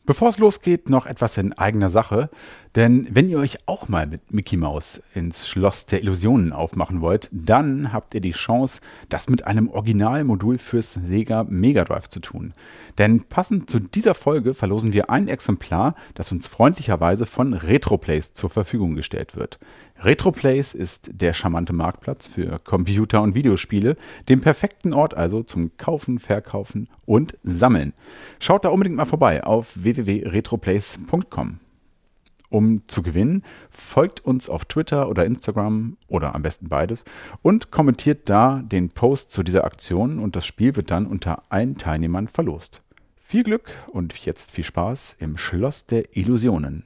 Bevor es losgeht, noch etwas in eigener Sache. Denn wenn ihr euch auch mal mit Mickey Mouse ins Schloss der Illusionen aufmachen wollt, dann habt ihr die Chance, das mit einem Originalmodul fürs Sega Mega Drive zu tun. Denn passend zu dieser Folge verlosen wir ein Exemplar, das uns freundlicherweise von Retroplace zur Verfügung gestellt wird. Retroplace ist der charmante Marktplatz für Computer- und Videospiele, dem perfekten Ort also zum Kaufen, Verkaufen und Sammeln. Schaut da unbedingt mal vorbei auf www.retroplace.com. Um zu gewinnen, folgt uns auf Twitter oder Instagram oder am besten beides und kommentiert da den Post zu dieser Aktion und das Spiel wird dann unter allen Teilnehmern verlost. Viel Glück und jetzt viel Spaß im Schloss der Illusionen.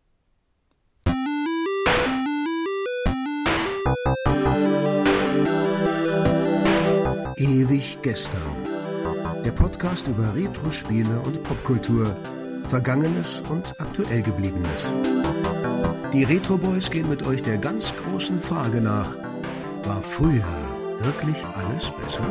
Ewig gestern. Der Podcast über Retro-Spiele und Popkultur. Vergangenes und aktuell Gebliebenes. Die Retro Boys gehen mit euch der ganz großen Frage nach: War früher wirklich alles besser?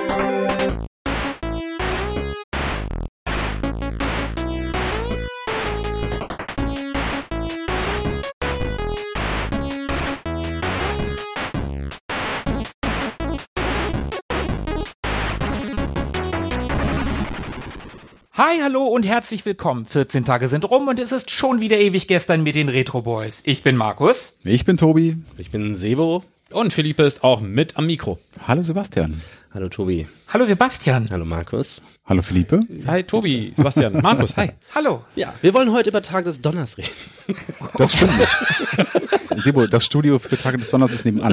Hi, hallo und herzlich willkommen. 14 Tage sind rum und es ist schon wieder ewig gestern mit den Retro Boys. Ich bin Markus. Ich bin Tobi. Ich bin Sebo. Und Philippe ist auch mit am Mikro. Hallo Sebastian. Hallo Tobi. Hallo Sebastian. Hallo Markus. Hallo Philippe. Hi Tobi, Sebastian, Markus, hi. Hallo. Ja, wir wollen heute über Tag des Donners reden. Das stimmt nicht. Sebo, das Studio für Tage des Donners ist nebenan.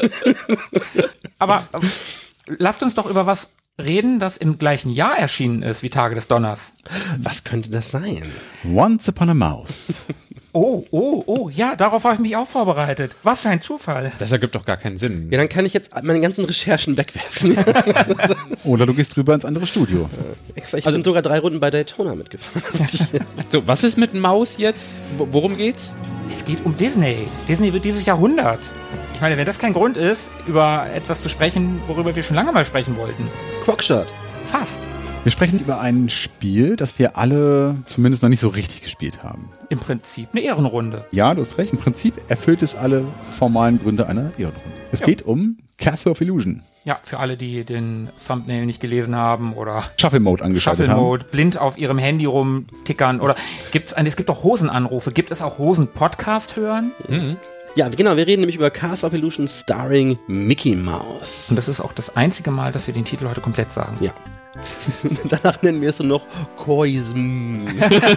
Aber lasst uns doch über was reden, das im gleichen Jahr erschienen ist wie Tage des Donners. Was könnte das sein? Once Upon a Mouse. Oh, ja, darauf habe ich mich auch vorbereitet. Was für ein Zufall. Das ergibt doch gar keinen Sinn. Ja, dann kann ich jetzt meine ganzen Recherchen wegwerfen. Oder du gehst rüber ins andere Studio. Extra, ich bin sogar 3 Runden bei Daytona mitgefahren. So, was ist mit Maus jetzt? Worum geht's? Es geht um Disney. Disney wird dieses Jahr 100. Ich meine, wenn das kein Grund ist, über etwas zu sprechen, worüber wir schon lange mal sprechen wollten. Quackshot. Fast. Wir sprechen über ein Spiel, das wir alle zumindest noch nicht so richtig gespielt haben. Im Prinzip eine Ehrenrunde. Ja, du hast recht. Im Prinzip erfüllt es alle formalen Gründe einer Ehrenrunde. Es geht um Castle of Illusion. Ja, für alle, die den Thumbnail nicht gelesen haben oder Shuffle Mode angeschaltet Shuffle Mode, blind auf ihrem Handy rumtickern oder es gibt auch Hosenanrufe. Gibt es auch Hosen-Podcast hören? Mhm. Ja, genau, wir reden nämlich über Castle of Illusion starring Mickey Mouse. Und das ist auch das einzige Mal, dass wir den Titel heute komplett sagen. Ja. Danach nennen wir es nur noch Koism.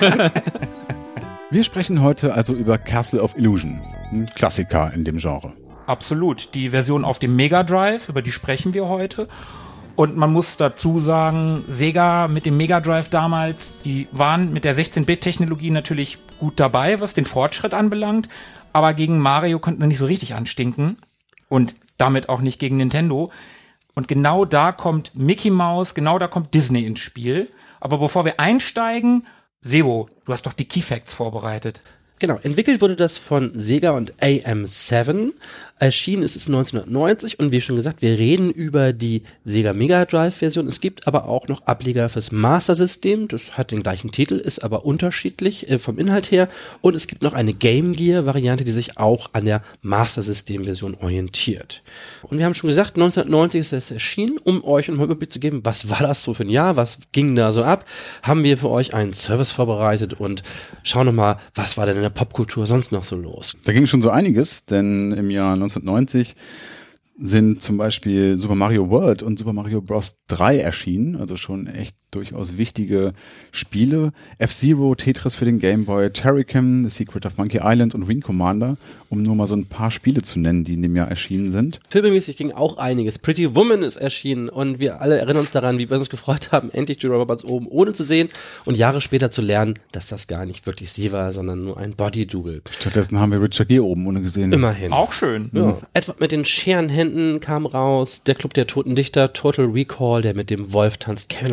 Wir sprechen heute also über Castle of Illusion, ein Klassiker in dem Genre. Absolut. Die Version auf dem Mega Drive, über die sprechen wir heute. Und man muss dazu sagen, Sega mit dem Mega Drive damals, die waren mit der 16-Bit-Technologie natürlich gut dabei, was den Fortschritt anbelangt. Aber gegen Mario konnten sie nicht so richtig anstinken. Und damit auch nicht gegen Nintendo. Und genau da kommt Mickey Mouse, genau da kommt Disney ins Spiel. Aber bevor wir einsteigen, Sebo, du hast doch die Key Facts vorbereitet. Genau, entwickelt wurde das von Sega und AM7. Erschienen ist es 1990 und wie schon gesagt, wir reden über die Sega Mega Drive Version. Es gibt aber auch noch Ableger fürs Master System. Das hat den gleichen Titel, ist aber unterschiedlich vom Inhalt her. Und es gibt noch eine Game Gear Variante, die sich auch an der Master System Version orientiert. Und wir haben schon gesagt, 1990 ist es erschienen. Um euch einen Überblick zu geben, was war das so für ein Jahr, was ging da so ab, haben wir für euch einen Service vorbereitet und schauen nochmal, was war denn in der Popkultur sonst noch so los. Da ging schon so einiges, denn im Jahr 1990 sind zum Beispiel Super Mario World und Super Mario Bros. 3 erschienen, also schon echt durchaus wichtige Spiele. F-Zero, Tetris für den Game Boy, Terrakim, The Secret of Monkey Island und Wing Commander, um nur mal so ein paar Spiele zu nennen, die in dem Jahr erschienen sind. Filmemäßig ging auch einiges. Pretty Woman ist erschienen und wir alle erinnern uns daran, wie wir uns gefreut haben, endlich Julia Roberts oben ohne zu sehen und Jahre später zu lernen, dass das gar nicht wirklich sie war, sondern nur ein Body-Double. Stattdessen haben wir Richard Gere oben ohne gesehen. Immerhin. Auch schön. Ja. Edward mit den Scherenhänden kam raus, der Club der Toten Dichter, Total Recall, der mit dem Wolf tanzt, Caroline zu Hause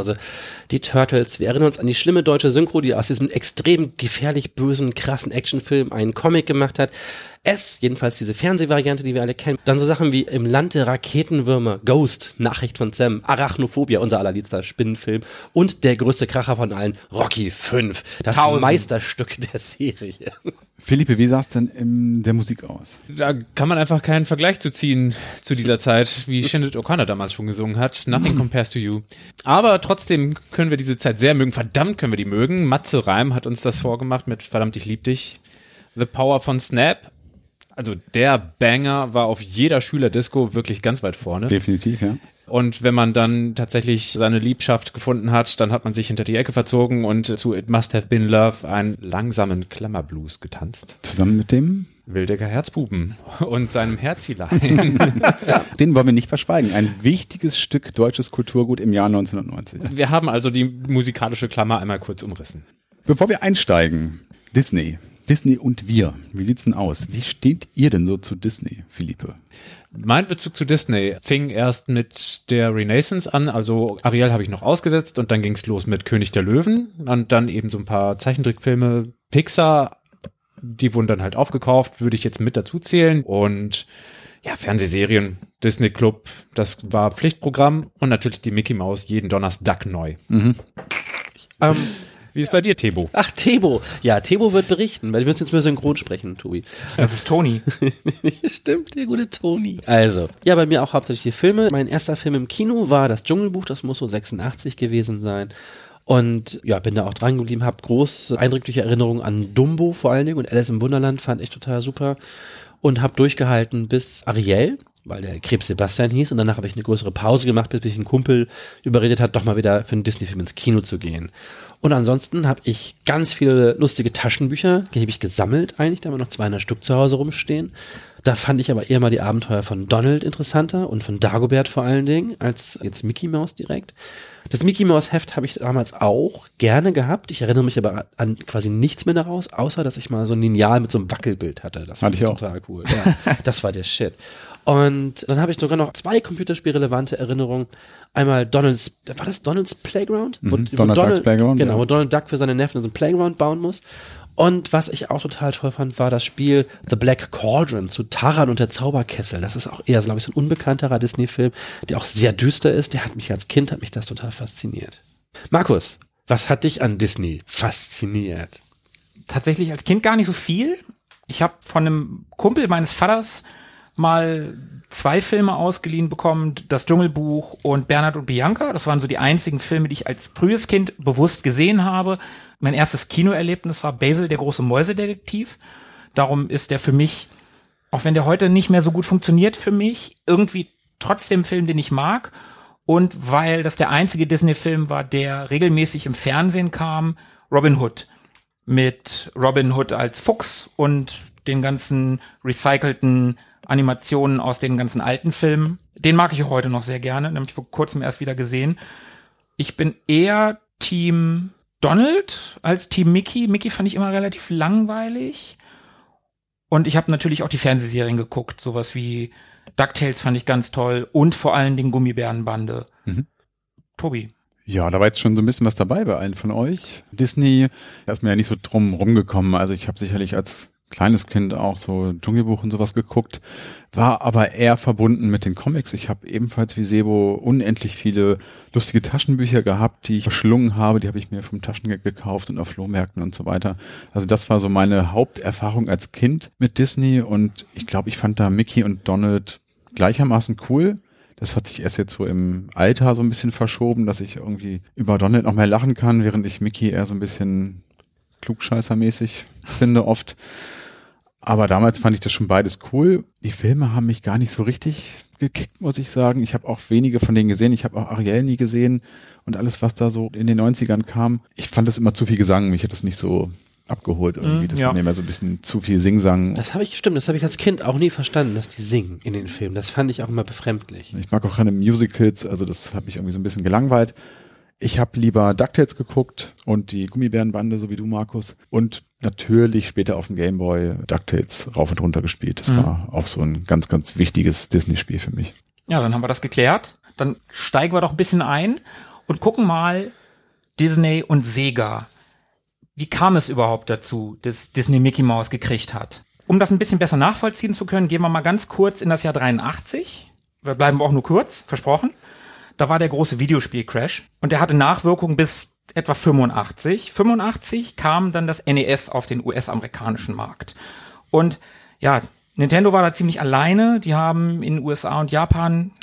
Hause. Die Turtles, wir erinnern uns an die schlimme deutsche Synchro, die aus diesem extrem gefährlich bösen, krassen Actionfilm einen Comic gemacht hat. Jedenfalls diese Fernsehvariante, die wir alle kennen. Dann so Sachen wie Im Land der Raketenwürmer, Ghost, Nachricht von Sam, Arachnophobia, unser allerliebster Spinnenfilm und der größte Kracher von allen, Rocky 5, das 1000. Meisterstück der Serie. Philippe, wie sah es denn in der Musik aus? Da kann man einfach keinen Vergleich zu ziehen zu dieser Zeit, wie Sinead O'Connor damals schon gesungen hat. Nothing compares to you. Aber trotzdem können wir diese Zeit sehr mögen. Verdammt können wir die mögen. Matze Reim hat uns das vorgemacht mit Verdammt, ich lieb dich. The Power von Snap. Also der Banger war auf jeder Schülerdisco wirklich ganz weit vorne. Definitiv, ja. Und wenn man dann tatsächlich seine Liebschaft gefunden hat, dann hat man sich hinter die Ecke verzogen und zu It Must Have Been Love einen langsamen Klammerblues getanzt. Zusammen mit dem? Wildecker Herzbuben und seinem Herzilein. Den wollen wir nicht verschweigen. Ein wichtiges Stück deutsches Kulturgut im Jahr 1990. Wir haben also die musikalische Klammer einmal kurz umrissen. Bevor wir einsteigen, Disney und wir. Wie sieht's denn aus? Wie steht ihr denn so zu Disney, Philippe? Mein Bezug zu Disney fing erst mit der Renaissance an, also Ariel habe ich noch ausgesetzt und dann ging's los mit König der Löwen und dann eben so ein paar Zeichentrickfilme. Pixar, die wurden dann halt aufgekauft, würde ich jetzt mit dazu zählen und ja, Fernsehserien, Disney Club, das war Pflichtprogramm und natürlich die Mickey Maus jeden Donnerstag neu. Wie ist bei dir, Tebo? Ach, Tebo. Ja, Tebo wird berichten, weil wir müssen jetzt mal synchron sprechen, Tobi. Das ist Toni. Stimmt, der gute Toni. Also, ja, bei mir auch hauptsächlich die Filme. Mein erster Film im Kino war das Dschungelbuch, das muss so 86 gewesen sein. Und ja, bin da auch dran geblieben, habe große, eindrückliche Erinnerungen an Dumbo vor allen Dingen und Alice im Wunderland fand ich total super. Und habe durchgehalten bis Ariel, weil der Krebs Sebastian hieß. Und danach habe ich eine größere Pause gemacht, bis mich ein Kumpel überredet hat, doch mal wieder für einen Disney-Film ins Kino zu gehen. Und ansonsten habe ich ganz viele lustige Taschenbücher, die habe ich gesammelt eigentlich, da haben wir noch 200 Stück zu Hause rumstehen. Da fand ich aber eher mal die Abenteuer von Donald interessanter und von Dagobert vor allen Dingen, als jetzt Mickey Mouse direkt. Das Mickey Mouse Heft habe ich damals auch gerne gehabt. Ich erinnere mich aber an quasi nichts mehr daraus, außer dass ich mal so ein Lineal mit so einem Wackelbild hatte. Das fand ich total cool. Ja, das war der Shit. Und dann habe ich sogar noch 2 computerspielrelevante Erinnerungen. Einmal Donald's Playground? Donald Duck's Playground. Genau, ja. wo Donald Duck für seine Neffen so ein Playground bauen muss. Und was ich auch total toll fand, war das Spiel The Black Cauldron zu Taran und der Zauberkessel. Das ist auch eher, glaube ich, so ein unbekannterer Disney-Film, der auch sehr düster ist. Der hat mich als Kind, das total fasziniert. Markus, was hat dich an Disney fasziniert? Tatsächlich als Kind gar nicht so viel. Ich habe von einem Kumpel meines Vaters mal 2 Filme ausgeliehen bekommen, das Dschungelbuch und Bernhard und Bianca. Das waren so die einzigen Filme, die ich als frühes Kind bewusst gesehen habe. Mein erstes Kinoerlebnis war Basil, der große Mäusedetektiv. Darum ist der für mich, auch wenn der heute nicht mehr so gut funktioniert für mich, irgendwie trotzdem ein Film, den ich mag. Und weil das der einzige Disney-Film war, der regelmäßig im Fernsehen kam, Robin Hood. Mit Robin Hood als Fuchs und den ganzen recycelten Animationen aus den ganzen alten Filmen. Den mag ich heute noch sehr gerne, nämlich vor kurzem erst wieder gesehen. Ich bin eher Team Donald als Team Mickey. Mickey fand ich immer relativ langweilig. Und ich habe natürlich auch die Fernsehserien geguckt, sowas wie DuckTales fand ich ganz toll und vor allen Dingen Gummibärenbande. Tobi. Ja, da war jetzt schon so ein bisschen was dabei bei allen von euch. Disney, da ist mir ja nicht so drum rumgekommen. Also ich habe sicherlich als kleines Kind auch so Dschungelbuch und sowas geguckt, war aber eher verbunden mit den Comics. Ich habe ebenfalls wie Sebo unendlich viele lustige Taschenbücher gehabt, die ich verschlungen habe. Die habe ich mir vom Taschengeld gekauft und auf Flohmärkten und so weiter. Also das war so meine Haupterfahrung als Kind mit Disney und ich glaube, ich fand da Mickey und Donald gleichermaßen cool. Das hat sich erst jetzt so im Alter so ein bisschen verschoben, dass ich irgendwie über Donald noch mehr lachen kann, während ich Mickey eher so ein bisschen klugscheißermäßig finde oft. Aber damals fand ich das schon beides cool. Die Filme haben mich gar nicht so richtig gekickt, muss ich sagen. Ich habe auch wenige von denen gesehen. Ich habe auch Ariel nie gesehen und alles, was da so in den 90ern kam. Ich fand das immer zu viel Gesang. Mich hat das nicht so abgeholt irgendwie. Das war mir immer so ein bisschen zu viel Singsang. Das habe ich als Kind auch nie verstanden, dass die singen in den Filmen. Das fand ich auch immer befremdlich. Ich mag auch keine Musicals, also das hat mich irgendwie so ein bisschen gelangweilt. Ich habe lieber DuckTales geguckt und die Gummibärenbande, so wie du, Markus. Und natürlich später auf dem Gameboy DuckTales rauf und runter gespielt. Das war auch so ein ganz, ganz wichtiges Disney-Spiel für mich. Ja, dann haben wir das geklärt. Dann steigen wir doch ein bisschen ein. und gucken mal Disney und Sega. Wie kam es überhaupt dazu, dass Disney Mickey Mouse gekriegt hat? Um das ein bisschen besser nachvollziehen zu können, gehen wir mal ganz kurz in das Jahr 83. Wir bleiben auch nur kurz, versprochen. Da war der große Videospiel-Crash und der hatte Nachwirkungen bis etwa 85. 85 kam dann das NES auf den US-amerikanischen Markt. Und ja, Nintendo war da ziemlich alleine. Die haben in USA und Japan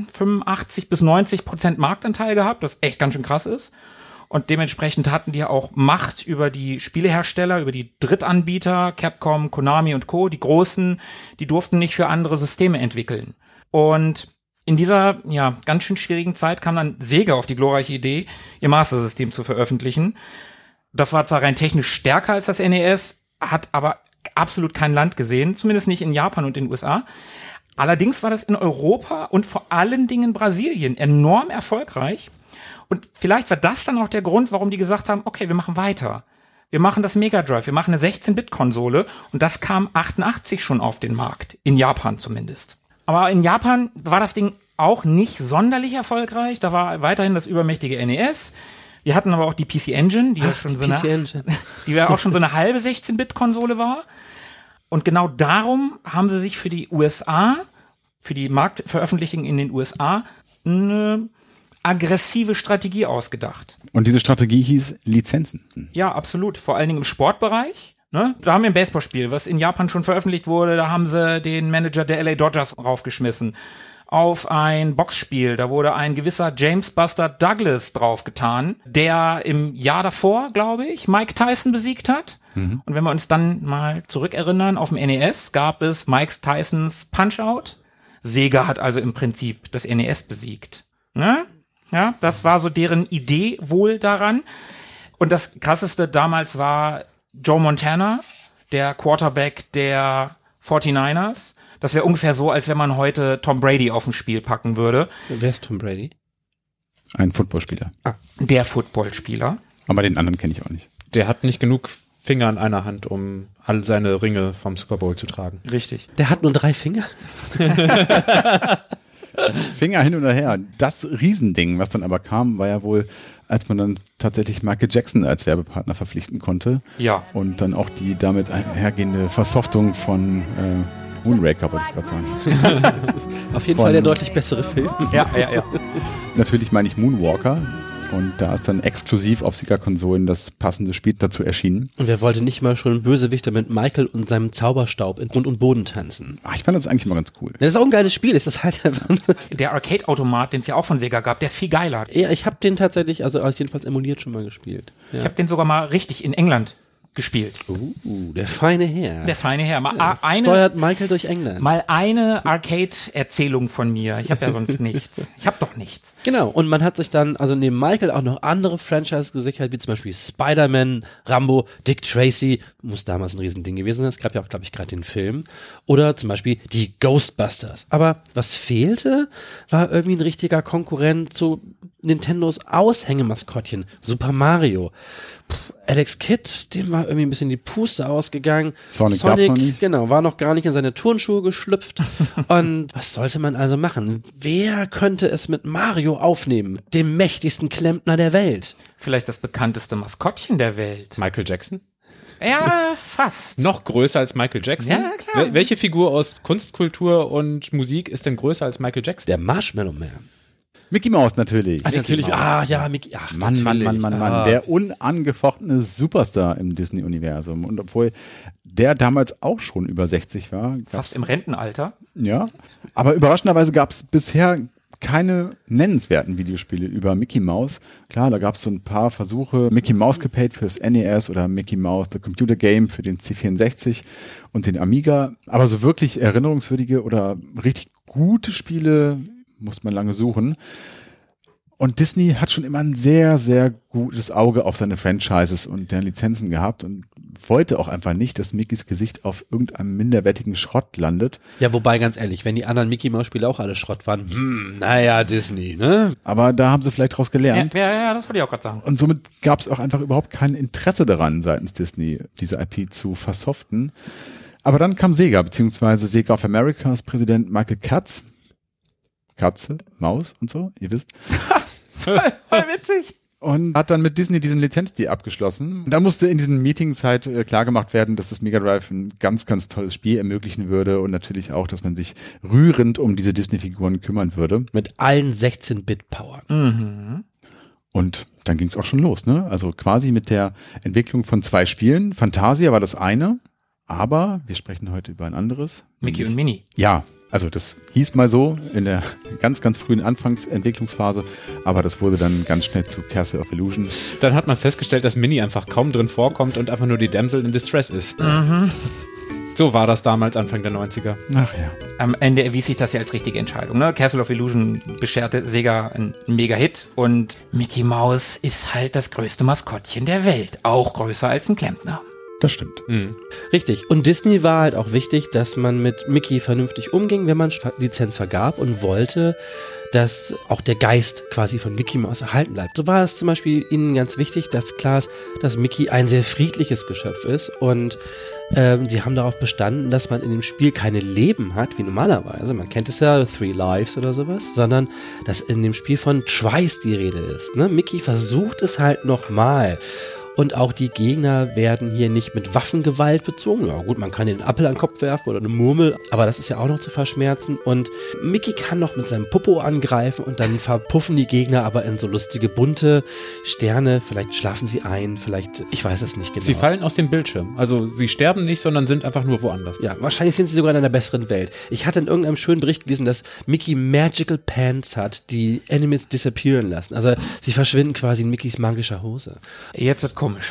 85-90% Marktanteil gehabt, das echt ganz schön krass ist. Und dementsprechend hatten die auch Macht über die Spielehersteller, über die Drittanbieter, Capcom, Konami und Co., die Großen, die durften nicht für andere Systeme entwickeln. Und in dieser, ja, ganz schön schwierigen Zeit kam dann Sega auf die glorreiche Idee, ihr Master-System zu veröffentlichen. Das war zwar rein technisch stärker als das NES, hat aber absolut kein Land gesehen, zumindest nicht in Japan und in den USA. Allerdings war das in Europa und vor allen Dingen in Brasilien enorm erfolgreich. Und vielleicht war das dann auch der Grund, warum die gesagt haben, okay, wir machen weiter. Wir machen das Mega Drive, wir machen eine 16-Bit-Konsole und das kam 88 schon auf den Markt, in Japan zumindest. Aber in Japan war das Ding auch nicht sonderlich erfolgreich, da war weiterhin das übermächtige NES. Wir hatten aber auch die PC Engine, die ja schon so eine halbe 16-Bit-Konsole war. Und genau darum haben sie sich für die USA, für die Marktveröffentlichung in den USA, eine aggressive Strategie ausgedacht. Und diese Strategie hieß Lizenzen. Ja, absolut. Vor allen Dingen im Sportbereich. Ne? Da haben wir ein Baseballspiel, was in Japan schon veröffentlicht wurde. Da haben sie den Manager der LA Dodgers raufgeschmissen. Auf ein Boxspiel, da wurde ein gewisser James Buster Douglas draufgetan, der im Jahr davor, glaube ich, Mike Tyson besiegt hat. Und wenn wir uns dann mal zurückerinnern, auf dem NES gab es Mike Tysons Punch-Out. Sega hat also im Prinzip das NES besiegt. Ne? Ja, das war so deren Idee wohl daran. Und das Krasseste damals war Joe Montana, der Quarterback der 49ers. Das wäre ungefähr so, als wenn man heute Tom Brady auf ein Spiel packen würde. Wer ist Tom Brady? Ein Footballspieler. Der Footballspieler. Aber den anderen kenne ich auch nicht. Der hat nicht genug Finger an einer Hand, um all seine Ringe vom Super Bowl zu tragen. Richtig. Der hat nur 3 Finger? Finger hin oder her. Das Riesending, was dann aber kam, war ja wohl, als man dann tatsächlich Michael Jackson als Werbepartner verpflichten konnte. Ja. Und dann auch die damit einhergehende Versoftung von Moonraker, wollte ich gerade sagen. Auf jeden Fall der deutlich bessere Film. Ja. Natürlich meine ich Moonwalker. Und da ist dann exklusiv auf Sega-Konsolen das passende Spiel dazu erschienen. Und wer wollte nicht mal schon Bösewichter mit Michael und seinem Zauberstaub in Grund und Boden tanzen? Ach, ich fand das eigentlich immer ganz cool. Das ist auch ein geiles Spiel. Das ist halt einfach Der Arcade-Automat, den es ja auch von Sega gab, der ist viel geiler. ja, ich habe den tatsächlich, also jedenfalls emuliert schon mal gespielt. Ja. Ich habe den sogar mal richtig in England gespielt. Der feine Herr. Der feine Herr. Steuert Michael durch England. Mal eine Arcade-Erzählung von mir. Ich habe ja sonst nichts. Ich habe doch nichts. Genau, und man hat sich dann, also neben Michael auch noch andere Franchises gesichert, wie zum Beispiel Spider-Man, Rambo, Dick Tracy, muss damals ein Riesending gewesen sein, es gab ja auch, glaube ich, gerade den Film, oder zum Beispiel die Ghostbusters. Aber was fehlte, war irgendwie ein richtiger Konkurrent zu Nintendos Aushängemaskottchen, Super Mario. Alex Kidd, dem war irgendwie ein bisschen die Puste ausgegangen. Sonic gab's noch nicht. Genau, war noch gar nicht in seine Turnschuhe geschlüpft. Und was sollte man also machen? Wer könnte es mit Mario aufnehmen? Dem mächtigsten Klempner der Welt. Vielleicht das bekannteste Maskottchen der Welt. Michael Jackson? Ja, fast. Noch größer als Michael Jackson? Ja, klar. Welche Figur aus Kunst, Kultur und Musik ist denn größer als Michael Jackson? Der Marshmallow Man. Mickey Mouse natürlich. Natürlich. Mickey. Ach, Mann. natürlich. Der unangefochtene Superstar im Disney-Universum. Und obwohl der damals auch schon über 60 war. Fast im Rentenalter. Ja. Aber überraschenderweise gab es bisher keine nennenswerten Videospiele über Mickey Mouse. Klar, da gab es so ein paar Versuche. Mickey Mouse Capade fürs NES oder Mickey Mouse The Computer Game für den C64 und den Amiga. Aber so wirklich erinnerungswürdige oder richtig gute Spiele muss man lange suchen. Und Disney hat schon immer ein sehr, sehr gutes Auge auf seine Franchises und deren Lizenzen gehabt und wollte auch einfach nicht, dass Mickys Gesicht auf irgendeinem minderwertigen Schrott landet. Ja, wobei, ganz ehrlich, wenn die anderen Mickey-Maus-Spiele auch alle Schrott waren, naja, Disney, ne? Aber da haben sie vielleicht draus gelernt. Ja, das wollte ich auch gerade sagen. Und somit gab es auch einfach überhaupt kein Interesse daran, seitens Disney diese IP zu versoften. Aber dann kam Sega, beziehungsweise Sega of Americas Präsident Michael Katz. Katze, Maus und so, ihr wisst. Voll witzig. Und hat dann mit Disney diesen Lizenzdeal abgeschlossen. Da musste in diesen Meetings halt klar gemacht werden, dass das Mega Drive ein ganz, ganz tolles Spiel ermöglichen würde und natürlich auch, dass man sich rührend um diese Disney-Figuren kümmern würde. Mit allen 16-Bit-Powern. Mhm. Und dann ging es auch schon los, ne? Also quasi mit der Entwicklung von 2 Spielen. Fantasia war das eine, aber wir sprechen heute über ein anderes. Mickey und Minnie. Ja, also das hieß mal so in der ganz, ganz frühen Anfangsentwicklungsphase, aber das wurde dann ganz schnell zu Castle of Illusion. Dann hat man festgestellt, dass Minnie einfach kaum drin vorkommt und einfach nur die Damsel in Distress ist. Mhm. So war das damals, Anfang der 90er. Ach ja. Am Ende erwies sich das ja als richtige Entscheidung. Ne? Castle of Illusion bescherte Sega einen Mega-Hit und Mickey Mouse ist halt das größte Maskottchen der Welt. Auch größer als ein Klempner. Das stimmt. Mhm. Richtig. Und Disney war halt auch wichtig, dass man mit Mickey vernünftig umging, wenn man Lizenz vergab und wollte, dass auch der Geist quasi von Mickey Mouse erhalten bleibt. So war es zum Beispiel ihnen ganz wichtig, dass klar ist, dass Mickey ein sehr friedliches Geschöpf ist und sie haben darauf bestanden, dass man in dem Spiel keine Leben hat, wie normalerweise. Man kennt es ja, 3 Lives oder sowas, sondern dass in dem Spiel von Twice die Rede ist. Ne? Mickey versucht es halt nochmal. Und auch die Gegner werden hier nicht mit Waffengewalt bezogen. Ja gut, man kann den Apfel an den Kopf werfen oder eine Murmel, aber das ist ja auch noch zu verschmerzen. Und Mickey kann noch mit seinem Popo angreifen und dann verpuffen die Gegner aber in so lustige bunte Sterne. Vielleicht schlafen sie ein, vielleicht, ich weiß es nicht genau. Sie fallen aus dem Bildschirm. Also sie sterben nicht, sondern sind einfach nur woanders. Ja, wahrscheinlich sind sie sogar in einer besseren Welt. Ich hatte in irgendeinem schönen Bericht gelesen, dass Mickey Magical Pants hat, die Enemies disappearen lassen. Also sie verschwinden quasi in Mickeys magischer Hose. Jetzt wird komisch.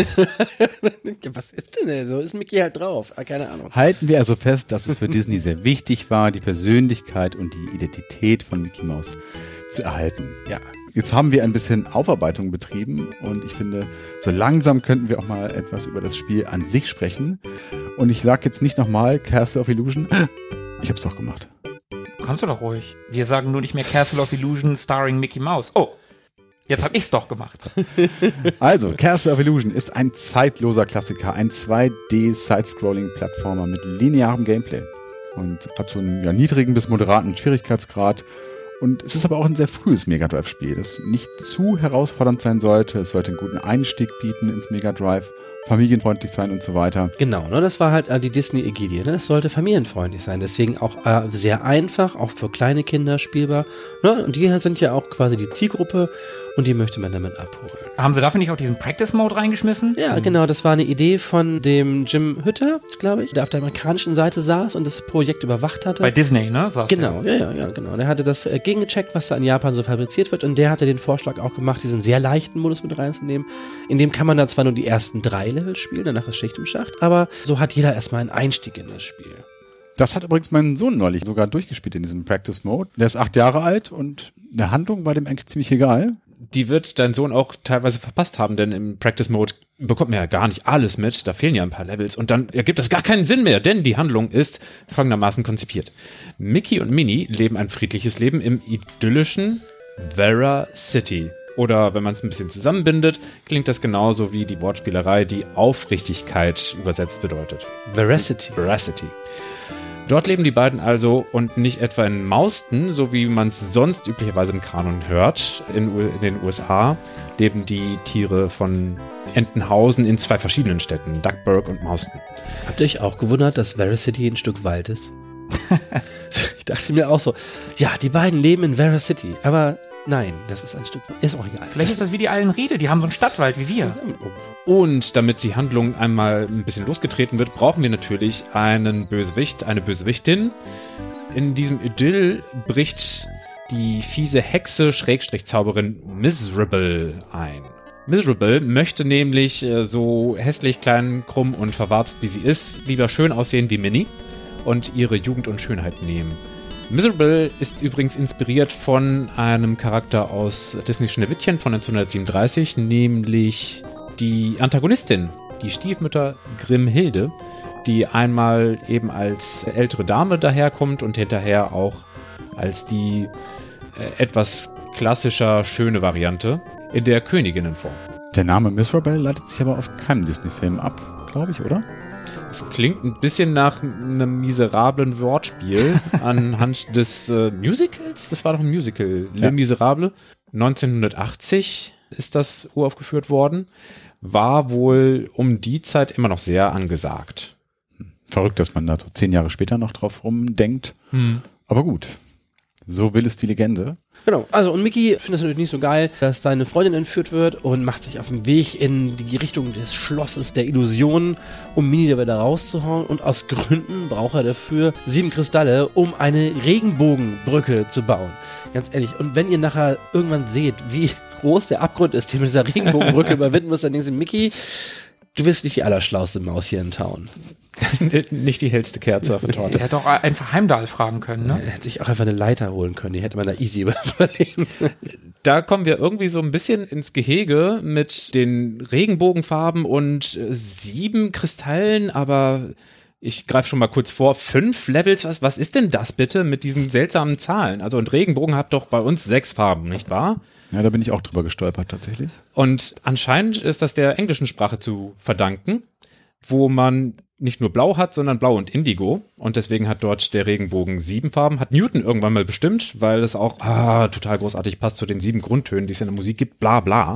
Was ist denn so? Ist Mickey halt drauf? Keine Ahnung. Halten wir also fest, dass es für Disney sehr wichtig war, die Persönlichkeit und die Identität von Mickey Mouse zu erhalten. Ja, jetzt haben wir ein bisschen Aufarbeitung betrieben und ich finde, so langsam könnten wir auch mal etwas über das Spiel an sich sprechen. Und ich sage jetzt nicht nochmal Castle of Illusion. Ich hab's doch gemacht. Kannst du doch ruhig. Wir sagen nur nicht mehr Castle of Illusion starring Mickey Mouse. Oh, jetzt hab ich's doch gemacht. Also, Castle of Illusion ist ein zeitloser Klassiker, ein 2D-Side-Scrolling-Plattformer mit linearem Gameplay und hat so einen niedrigen bis moderaten Schwierigkeitsgrad. Und es ist aber auch ein sehr frühes Mega Drive-Spiel, das nicht zu herausfordernd sein sollte. Es sollte einen guten Einstieg bieten ins Mega Drive, familienfreundlich sein und so weiter. Genau, ne, das war halt die Disney-Ägidie. Ne? Es sollte familienfreundlich sein, deswegen auch sehr einfach, auch für kleine Kinder spielbar. Ne? Und die sind ja auch quasi die Zielgruppe und die möchte man damit abholen. Haben sie dafür nicht auch diesen Practice-Mode reingeschmissen? Ja, genau, das war eine Idee von dem Jim Hütter, glaube ich, der auf der amerikanischen Seite saß und das Projekt überwacht hatte. Bei Disney, ne? Genau, ja, genau. Der hatte das gegengecheckt, was da in Japan so fabriziert wird und der hatte den Vorschlag auch gemacht, diesen sehr leichten Modus mit reinzunehmen. In dem kann man dann zwar nur die ersten 3 Level spielen, danach ist Schicht im Schacht, aber so hat jeder erstmal einen Einstieg in das Spiel. Das hat übrigens mein Sohn neulich sogar durchgespielt in diesem Practice-Mode. Der ist 8 Jahre alt und eine Handlung war dem eigentlich ziemlich egal. Die wird dein Sohn auch teilweise verpasst haben, denn im Practice-Mode bekommt man ja gar nicht alles mit, da fehlen ja ein paar Levels und dann ergibt das gar keinen Sinn mehr, denn die Handlung ist folgendermaßen konzipiert. Mickey und Minnie leben ein friedliches Leben im idyllischen Vera City. Oder wenn man es ein bisschen zusammenbindet, klingt das genauso wie die Wortspielerei, die Aufrichtigkeit übersetzt bedeutet. Veracity. Dort leben die beiden also und nicht etwa in Mauston, so wie man es sonst üblicherweise im Kanon hört. In den USA leben die Tiere von Entenhausen in 2 verschiedenen Städten, Duckburg und Mauston. Habt ihr euch auch gewundert, dass Veracity ein Stück Wald ist? Ich dachte mir auch so, ja, die beiden leben in Veracity, aber nein, das ist ein Stück, ist auch egal. Vielleicht ist das wie die Eilenriede, die haben so einen Stadtwald wie wir. Und damit die Handlung einmal ein bisschen losgetreten wird, brauchen wir natürlich einen Bösewicht, eine Bösewichtin. In diesem Idyll bricht die fiese Hexe Zauberin Miserable ein. Miserable möchte nämlich, so hässlich, klein, krumm und verwarzt wie sie ist, lieber schön aussehen wie Minnie und ihre Jugend und Schönheit nehmen. Miserable ist übrigens inspiriert von einem Charakter aus Disney Schneewittchen von 1937, nämlich die Antagonistin, die Stiefmutter Grimhilde, die einmal eben als ältere Dame daherkommt und hinterher auch als die etwas klassischer, schöne Variante in der Königinnenform. Der Name Miserable leitet sich aber aus keinem Disney-Film ab, glaube ich, oder? Es klingt ein bisschen nach einem miserablen Wortspiel anhand des Musicals. Das war doch ein Musical, Les Miserables. 1980 ist das uraufgeführt worden. War wohl um die Zeit immer noch sehr angesagt. Verrückt, dass man da so 10 Jahre später noch drauf rumdenkt. Aber gut, so will es die Legende. Genau, also und Mickey findet es natürlich nicht so geil, dass seine Freundin entführt wird und macht sich auf den Weg in die Richtung des Schlosses der Illusionen, um Minnie da wieder rauszuhauen. Und aus Gründen braucht er dafür 7 Kristalle, um eine Regenbogenbrücke zu bauen. Ganz ehrlich, und wenn ihr nachher irgendwann seht, wie groß der Abgrund ist, den man mit dieser Regenbogenbrücke überwinden muss, dann denkt ihr, Mickey, du bist nicht die allerschlauste Maus hier in Town. Nicht die hellste Kerze auf der Torte. Er hätte auch einfach Heimdall fragen können, ne? Er hätte sich auch einfach eine Leiter holen können, die hätte man da easy überlegen. Da kommen wir irgendwie so ein bisschen ins Gehege mit den Regenbogenfarben und 7 Kristallen, aber ich greife schon mal kurz vor, 5 Levels, was ist denn das bitte mit diesen seltsamen Zahlen? Also und Regenbogen hat doch bei uns 6 Farben, nicht wahr? Ja, da bin ich auch drüber gestolpert tatsächlich. Und anscheinend ist das der englischen Sprache zu verdanken, wo man nicht nur Blau hat, sondern Blau und Indigo. Und deswegen hat dort der Regenbogen 7 Farben. Hat Newton irgendwann mal bestimmt, weil es auch total großartig passt zu den 7 Grundtönen, die es in der Musik gibt, bla bla.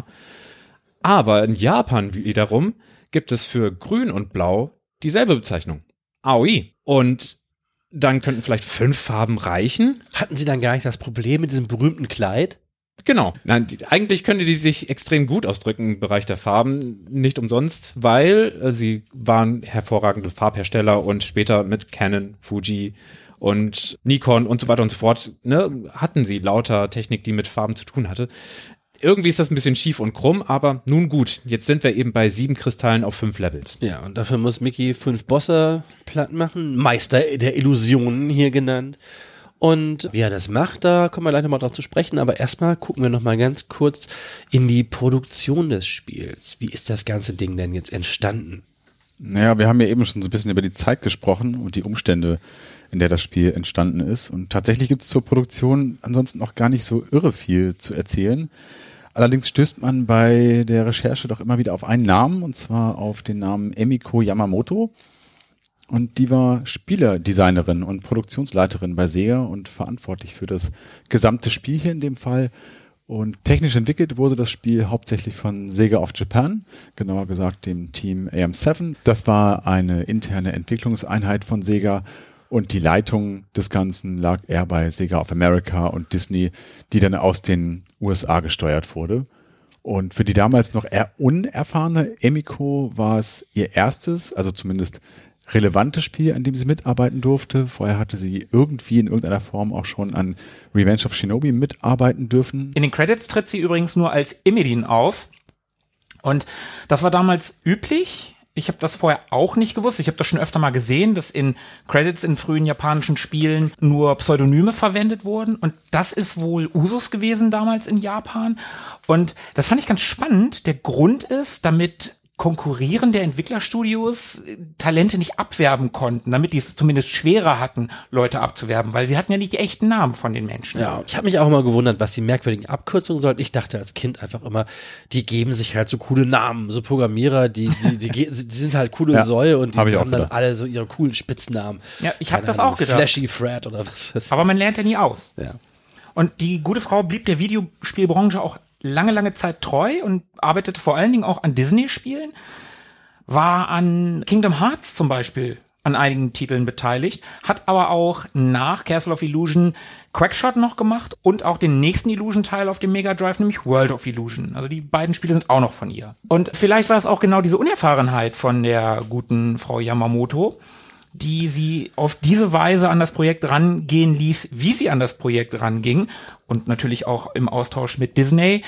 Aber in Japan wiederum gibt es für Grün und Blau dieselbe Bezeichnung. Aoi. Und dann könnten vielleicht 5 Farben reichen. Hatten sie dann gar nicht das Problem mit diesem berühmten Kleid? Genau. Nein, eigentlich könnte die sich extrem gut ausdrücken im Bereich der Farben, nicht umsonst, weil sie waren hervorragende Farbhersteller und später mit Canon, Fuji und Nikon und so weiter und so fort, ne, hatten sie lauter Technik, die mit Farben zu tun hatte. Irgendwie ist das ein bisschen schief und krumm, aber nun gut, jetzt sind wir eben bei 7 Kristallen auf 5 Levels. Ja, und dafür muss Mickey 5 Bosse platt machen, Meister der Illusionen hier genannt. Und wie er das macht, da kommen wir gleich nochmal drauf zu sprechen, aber erstmal gucken wir nochmal ganz kurz in die Produktion des Spiels. Wie ist das ganze Ding denn jetzt entstanden? Naja, wir haben ja eben schon so ein bisschen über die Zeit gesprochen und die Umstände, in der das Spiel entstanden ist. Und tatsächlich gibt es zur Produktion ansonsten auch gar nicht so irre viel zu erzählen. Allerdings stößt man bei der Recherche doch immer wieder auf einen Namen, und zwar auf den Namen Emiko Yamamoto. Und die war Spielerdesignerin und Produktionsleiterin bei Sega und verantwortlich für das gesamte Spiel hier in dem Fall. Und technisch entwickelt wurde das Spiel hauptsächlich von Sega of Japan, genauer gesagt dem Team AM7. Das war eine interne Entwicklungseinheit von Sega und die Leitung des Ganzen lag eher bei Sega of America und Disney, die dann aus den USA gesteuert wurde. Und für die damals noch eher unerfahrene Emiko war es ihr erstes, also zumindest relevantes Spiel, an dem sie mitarbeiten durfte. Vorher hatte sie irgendwie in irgendeiner Form auch schon an Revenge of Shinobi mitarbeiten dürfen. In den Credits tritt sie übrigens nur als Imedin auf. Und das war damals üblich. Ich habe das vorher auch nicht gewusst. Ich habe das schon öfter mal gesehen, dass in Credits in frühen japanischen Spielen nur Pseudonyme verwendet wurden. Und das ist wohl Usus gewesen damals in Japan. Und das fand ich ganz spannend. Der Grund ist, damit konkurrierende Entwicklerstudios Talente nicht abwerben konnten, damit die es zumindest schwerer hatten, Leute abzuwerben, weil sie hatten ja nicht die echten Namen von den Menschen. Ja, ich habe mich auch immer gewundert, was die merkwürdigen Abkürzungen sollten. Ich dachte als Kind einfach immer, die geben sich halt so coole Namen, so Programmierer, die sind halt coole Säue und die haben dann alle so ihre coolen Spitznamen. Ja, ich habe das auch gedacht. Flashy Fred oder was. Aber man lernt ja nie aus. Ja. Und die gute Frau blieb der Videospielbranche auch lange Zeit treu und arbeitete vor allen Dingen auch an Disney-Spielen, war an Kingdom Hearts zum Beispiel an einigen Titeln beteiligt, hat aber auch nach Castle of Illusion Quackshot noch gemacht und auch den nächsten Illusion-Teil auf dem Mega Drive, nämlich World of Illusion. Also die beiden Spiele sind auch noch von ihr. Und vielleicht war es auch genau diese Unerfahrenheit von der guten Frau Yamamoto, die sie auf diese Weise an das Projekt rangehen ließ, wie sie an das Projekt ranging und natürlich auch im Austausch mit Disney.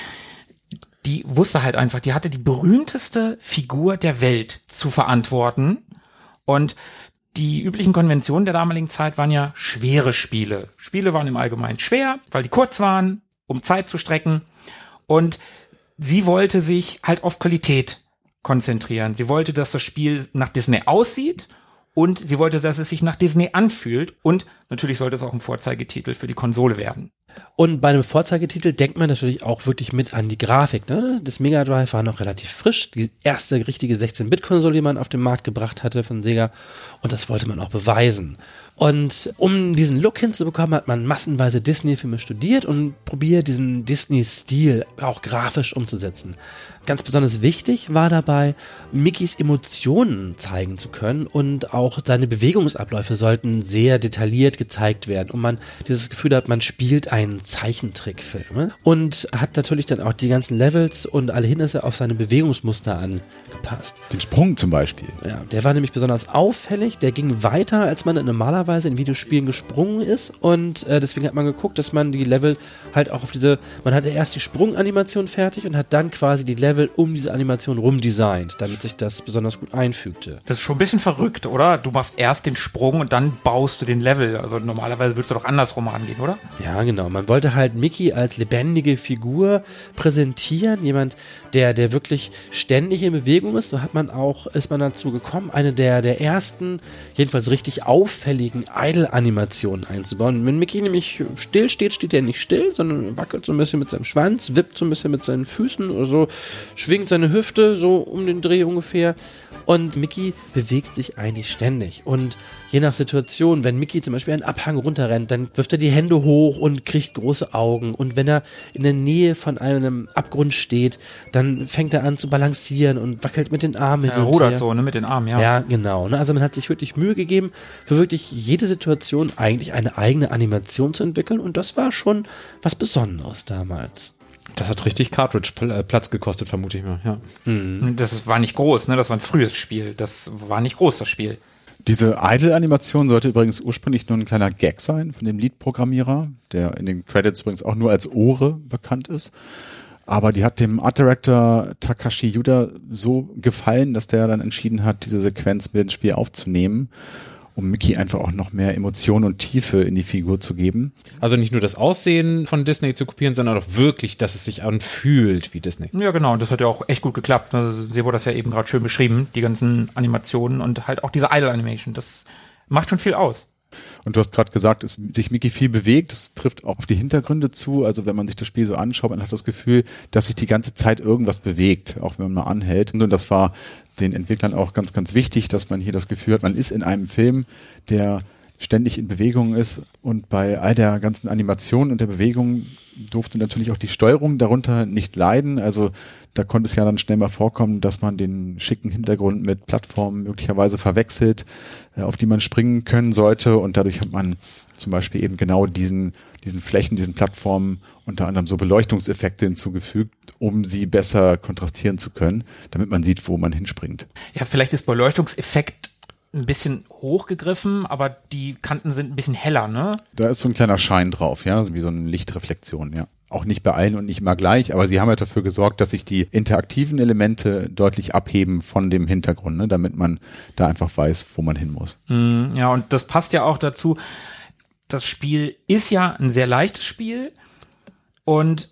Die wusste halt einfach, die hatte die berühmteste Figur der Welt zu verantworten und die üblichen Konventionen der damaligen Zeit waren ja schwere Spiele. Spiele waren im Allgemeinen schwer, weil die kurz waren, um Zeit zu strecken und sie wollte sich halt auf Qualität konzentrieren. Sie wollte, dass das Spiel nach Disney aussieht und sie wollte, dass es sich nach Disney anfühlt und natürlich sollte es auch ein Vorzeigetitel für die Konsole werden. Und bei einem Vorzeigetitel denkt man natürlich auch wirklich mit an die Grafik. Ne? Das Mega Drive war noch relativ frisch. Die erste richtige 16-Bit-Konsole, die man auf den Markt gebracht hatte von Sega. Und das wollte man auch beweisen. Und um diesen Look hinzubekommen, hat man massenweise Disney-Filme studiert und probiert, diesen Disney-Stil auch grafisch umzusetzen. Ganz besonders wichtig war dabei, Mickeys Emotionen zeigen zu können und auch seine Bewegungsabläufe sollten sehr detailliert gezeigt werden und man dieses Gefühl hat, man spielt einen Zeichentrickfilm und hat natürlich dann auch die ganzen Levels und alle Hindernisse auf seine Bewegungsmuster angepasst. Den Sprung zum Beispiel. Ja, der war nämlich besonders auffällig, der ging weiter, als man normalerweise in Videospielen gesprungen ist und deswegen hat man geguckt, dass man die Level halt auch auf man hatte erst die Sprunganimation fertig und hat dann quasi die Level um diese Animation rumdesignt, damit sich das besonders gut einfügte. Das ist schon ein bisschen verrückt, oder? Du machst erst den Sprung und dann baust du den Level. Also normalerweise würdest du doch andersrum angehen, oder? Ja, genau. Man wollte halt Mickey als lebendige Figur präsentieren, jemand, der wirklich ständig in Bewegung ist. So ist man dazu gekommen, eine der ersten, jedenfalls richtig auffälligen Idle-Animationen einzubauen. Wenn Mickey nämlich still steht, steht er nicht still, sondern wackelt so ein bisschen mit seinem Schwanz, wippt so ein bisschen mit seinen Füßen oder so, schwingt seine Hüfte so um den Dreh ungefähr und Mickey bewegt sich eigentlich ständig und je nach Situation, wenn Mickey zum Beispiel einen Abhang runterrennt, dann wirft er die Hände hoch und kriegt große Augen und wenn er in der Nähe von einem Abgrund steht, dann fängt er an zu balancieren und wackelt mit den Armen hin und her. Er rudert so, ne, mit den Armen, ja. Ja, genau. Ne? Also man hat sich wirklich Mühe gegeben, für wirklich jede Situation eigentlich eine eigene Animation zu entwickeln und das war schon was Besonderes damals. Das hat richtig Cartridge-Platz gekostet, vermute ich mal. Ja. Das war nicht groß, ne? Das war ein frühes Spiel. Das war nicht groß, das Spiel. Diese Idle-Animation sollte übrigens ursprünglich nur ein kleiner Gag sein von dem Lead-Programmierer, der in den Credits übrigens auch nur als Ohre bekannt ist. Aber die hat dem Art Director Takashi Yuda so gefallen, dass der dann entschieden hat, diese Sequenz mit ins Spiel aufzunehmen, um Mickey einfach auch noch mehr Emotion und Tiefe in die Figur zu geben. Also nicht nur das Aussehen von Disney zu kopieren, sondern auch wirklich, dass es sich anfühlt wie Disney. Ja, genau. Und das hat ja auch echt gut geklappt. Also, Sebo hat das ja eben gerade schön beschrieben, die ganzen Animationen und halt auch diese Idle-Animation. Das macht schon viel aus. Und du hast gerade gesagt, dass sich Mickey viel bewegt. Das trifft auch auf die Hintergründe zu. Also wenn man sich das Spiel so anschaut, man hat das Gefühl, dass sich die ganze Zeit irgendwas bewegt, auch wenn man mal anhält. Und das war den Entwicklern auch ganz, ganz wichtig, dass man hier das Gefühl hat, man ist in einem Film, der ständig in Bewegung ist. Und bei all der ganzen Animation und der Bewegung durfte natürlich auch die Steuerung darunter nicht leiden. Also da konnte es ja dann schnell mal vorkommen, dass man den schicken Hintergrund mit Plattformen möglicherweise verwechselt, auf die man springen können sollte. Und dadurch hat man zum Beispiel eben genau diesen Flächen, diesen Plattformen unter anderem so Beleuchtungseffekte hinzugefügt, um sie besser kontrastieren zu können, damit man sieht, wo man hinspringt. Ja, vielleicht ist Beleuchtungseffekt ein bisschen hochgegriffen, aber die Kanten sind ein bisschen heller, ne? Da ist so ein kleiner Schein drauf, ja, wie so eine Lichtreflexion, ja. Auch nicht bei allen und nicht immer gleich, aber sie haben ja dafür gesorgt, dass sich die interaktiven Elemente deutlich abheben von dem Hintergrund, ne, damit man da einfach weiß, wo man hin muss. Ja, und das passt ja auch dazu. Das Spiel ist ja ein sehr leichtes Spiel und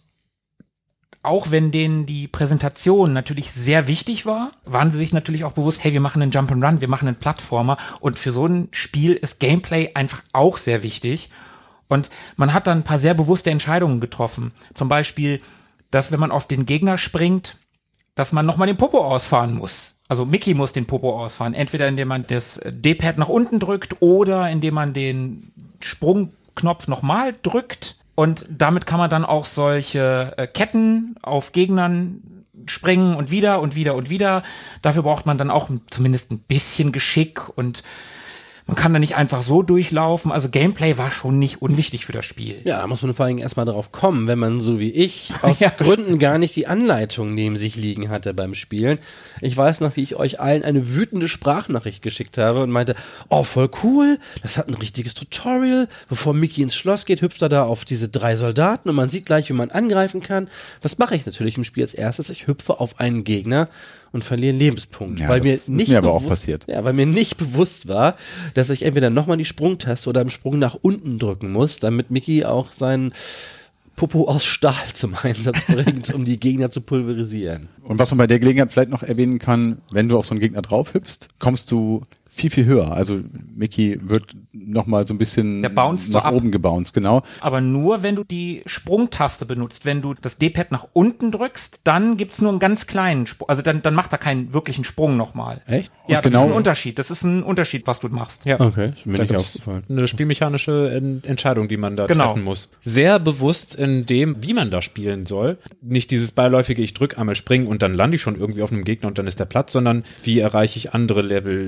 auch wenn denen die Präsentation natürlich sehr wichtig war, waren sie sich natürlich auch bewusst, hey, wir machen einen Jump'n'Run, wir machen einen Plattformer und für so ein Spiel ist Gameplay einfach auch sehr wichtig. Und man hat dann ein paar sehr bewusste Entscheidungen getroffen. Zum Beispiel, dass wenn man auf den Gegner springt, dass man nochmal den Popo ausfahren muss. Also Mickey muss den Popo ausfahren, entweder indem man das D-Pad nach unten drückt oder indem man den Sprungknopf nochmal drückt. Und damit kann man dann auch solche Ketten auf Gegnern springen und wieder und wieder und wieder. Dafür braucht man dann auch zumindest ein bisschen Geschick und man kann da nicht einfach so durchlaufen. Also Gameplay war schon nicht unwichtig für das Spiel. Ja, da muss man vor allem erstmal drauf kommen, wenn man so wie ich aus Gründen gar nicht die Anleitung neben sich liegen hatte beim Spielen. Ich weiß noch, wie ich euch allen eine wütende Sprachnachricht geschickt habe und meinte, oh, voll cool, das hat ein richtiges Tutorial. Bevor Mickey ins Schloss geht, hüpft er da auf diese 3 Soldaten und man sieht gleich, wie man angreifen kann. Was mache ich natürlich im Spiel als erstes? Ich hüpfe auf einen Gegner und verliere einen Lebenspunkt. Ja, weil das ist mir aber auch passiert. Ja, weil mir nicht bewusst war, dass ich entweder nochmal die Sprungtaste oder im Sprung nach unten drücken muss, damit Mickey auch seinen Popo aus Stahl zum Einsatz bringt, um die Gegner zu pulverisieren. Und was man bei der Gelegenheit vielleicht noch erwähnen kann, wenn du auf so einen Gegner drauf hüpfst, kommst du viel, viel höher. Also Mickey wird nochmal so ein bisschen Der bounced nach so ab. oben gebounced, genau. Aber nur, wenn du die Sprungtaste benutzt. Wenn du das D-Pad nach unten drückst, dann gibt's nur einen ganz kleinen Sprung. Also dann macht er keinen wirklichen Sprung nochmal. Echt? Ja, Und das genau- ist ein Unterschied. Das ist ein Unterschied, was du machst. Ja. Okay, ist mir Da nicht gibt's aufgefallen. eine spielmechanische Entscheidung, die man da Genau. treffen muss. Sehr bewusst in dem, wie man da spielen soll. Nicht dieses beiläufige, ich drücke einmal springen und dann lande ich schon irgendwie auf einem Gegner und dann ist der Platz, sondern wie erreiche ich andere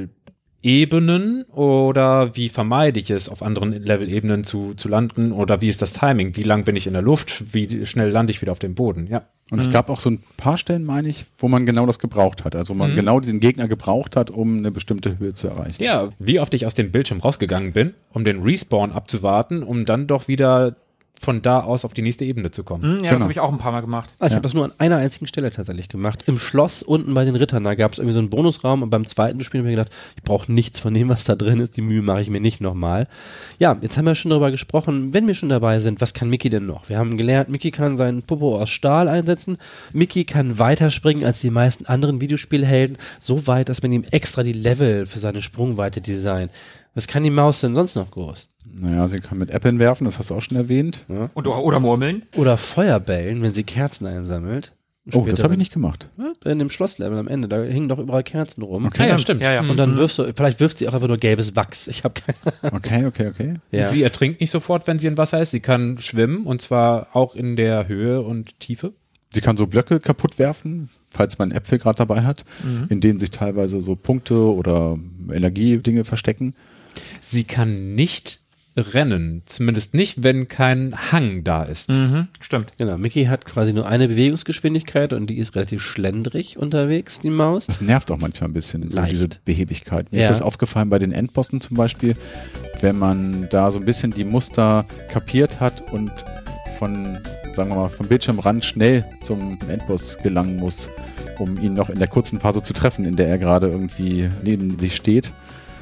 Level-Ebenen oder wie vermeide ich es, auf anderen Level-Ebenen zu landen oder wie ist das Timing? Wie lang bin ich in der Luft? Wie schnell lande ich wieder auf dem Boden? Ja. Und es gab auch so ein paar Stellen, meine ich, wo man genau das gebraucht hat. Also man genau diesen Gegner gebraucht hat, um eine bestimmte Höhe zu erreichen. Ja, wie oft ich aus dem Bildschirm rausgegangen bin, um den Respawn abzuwarten, um dann doch wieder von da aus auf die nächste Ebene zu kommen. Ja, das habe ich auch ein paar Mal gemacht. Ich habe das nur an einer einzigen Stelle tatsächlich gemacht. Im Schloss unten bei den Rittern, da gab es irgendwie so einen Bonusraum und beim zweiten Spiel habe ich mir gedacht, ich brauche nichts von dem, was da drin ist, die Mühe mache ich mir nicht nochmal. Ja, jetzt haben wir schon darüber gesprochen, wenn wir schon dabei sind, was kann Mickey denn noch? Wir haben gelernt, Mickey kann seinen Popo aus Stahl einsetzen, Mickey kann weiter springen als die meisten anderen Videospielhelden, so weit, dass man ihm extra die Level für seine Sprungweite designt. Was kann die Maus denn sonst noch groß? Naja, sie kann mit Äpfeln werfen, das hast du auch schon erwähnt. Ja. Oder murmeln. Oder Feuerbällen, wenn sie Kerzen einsammelt. Oh, das habe ich nicht gemacht. Ja, in dem Schlosslevel am Ende, da hingen doch überall Kerzen rum. Okay. Ja, stimmt. Ja, ja. Und dann vielleicht wirft sie auch einfach nur gelbes Wachs. Ich habe keine Okay. Ja. Sie ertrinkt nicht sofort, wenn sie in Wasser ist. Sie kann schwimmen und zwar auch in der Höhe und Tiefe. Sie kann so Blöcke kaputt werfen, falls man Äpfel gerade dabei hat, in denen sich teilweise so Punkte oder Energiedinge verstecken. Sie kann nicht rennen, zumindest nicht, wenn kein Hang da ist. Stimmt. Genau, Mickey hat quasi nur eine Bewegungsgeschwindigkeit und die ist relativ schlendrig unterwegs, die Maus. Das nervt auch manchmal ein bisschen, so Leicht. diese Behebigkeit. Mir Ja. ist das aufgefallen bei den Endbossen zum Beispiel, wenn man da so ein bisschen die Muster kapiert hat und vom Bildschirmrand schnell zum Endboss gelangen muss, um ihn noch in der kurzen Phase zu treffen, in der er gerade irgendwie neben sich steht.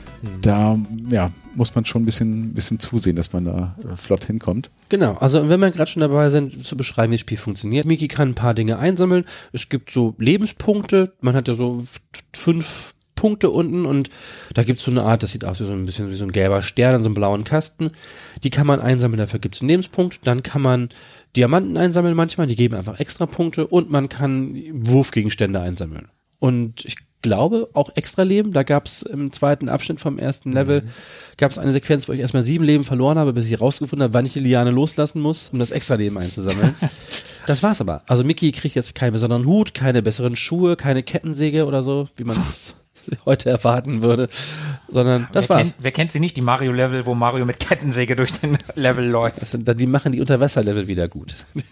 Da muss man schon ein bisschen zusehen, dass man da flott hinkommt. Genau, also wenn wir gerade schon dabei sind, zu beschreiben, wie das Spiel funktioniert. Mickey kann ein paar Dinge einsammeln. Es gibt so Lebenspunkte. Man hat ja so 5 Punkte unten und da gibt es so eine Art, das sieht aus wie so ein bisschen wie so ein gelber Stern an so einem blauen Kasten. Die kann man einsammeln, dafür gibt es einen Lebenspunkt. Dann kann man Diamanten einsammeln manchmal, die geben einfach extra Punkte und man kann Wurfgegenstände einsammeln. Und ich glaube, auch extra Leben, da gab es im zweiten Abschnitt vom ersten Level, gab es eine Sequenz, wo ich erstmal 7 Leben verloren habe, bis ich rausgefunden habe, wann ich die Liane loslassen muss, um das extra Leben einzusammeln. Das war's aber. Also Mickey kriegt jetzt keinen besonderen Hut, keine besseren Schuhe, keine Kettensäge oder so, wie man es heute erwarten würde, sondern das war's. Wer kennt sie nicht, die Mario-Level, wo Mario mit Kettensäge durch den Level läuft? Die machen die Unterwasserlevel wieder gut.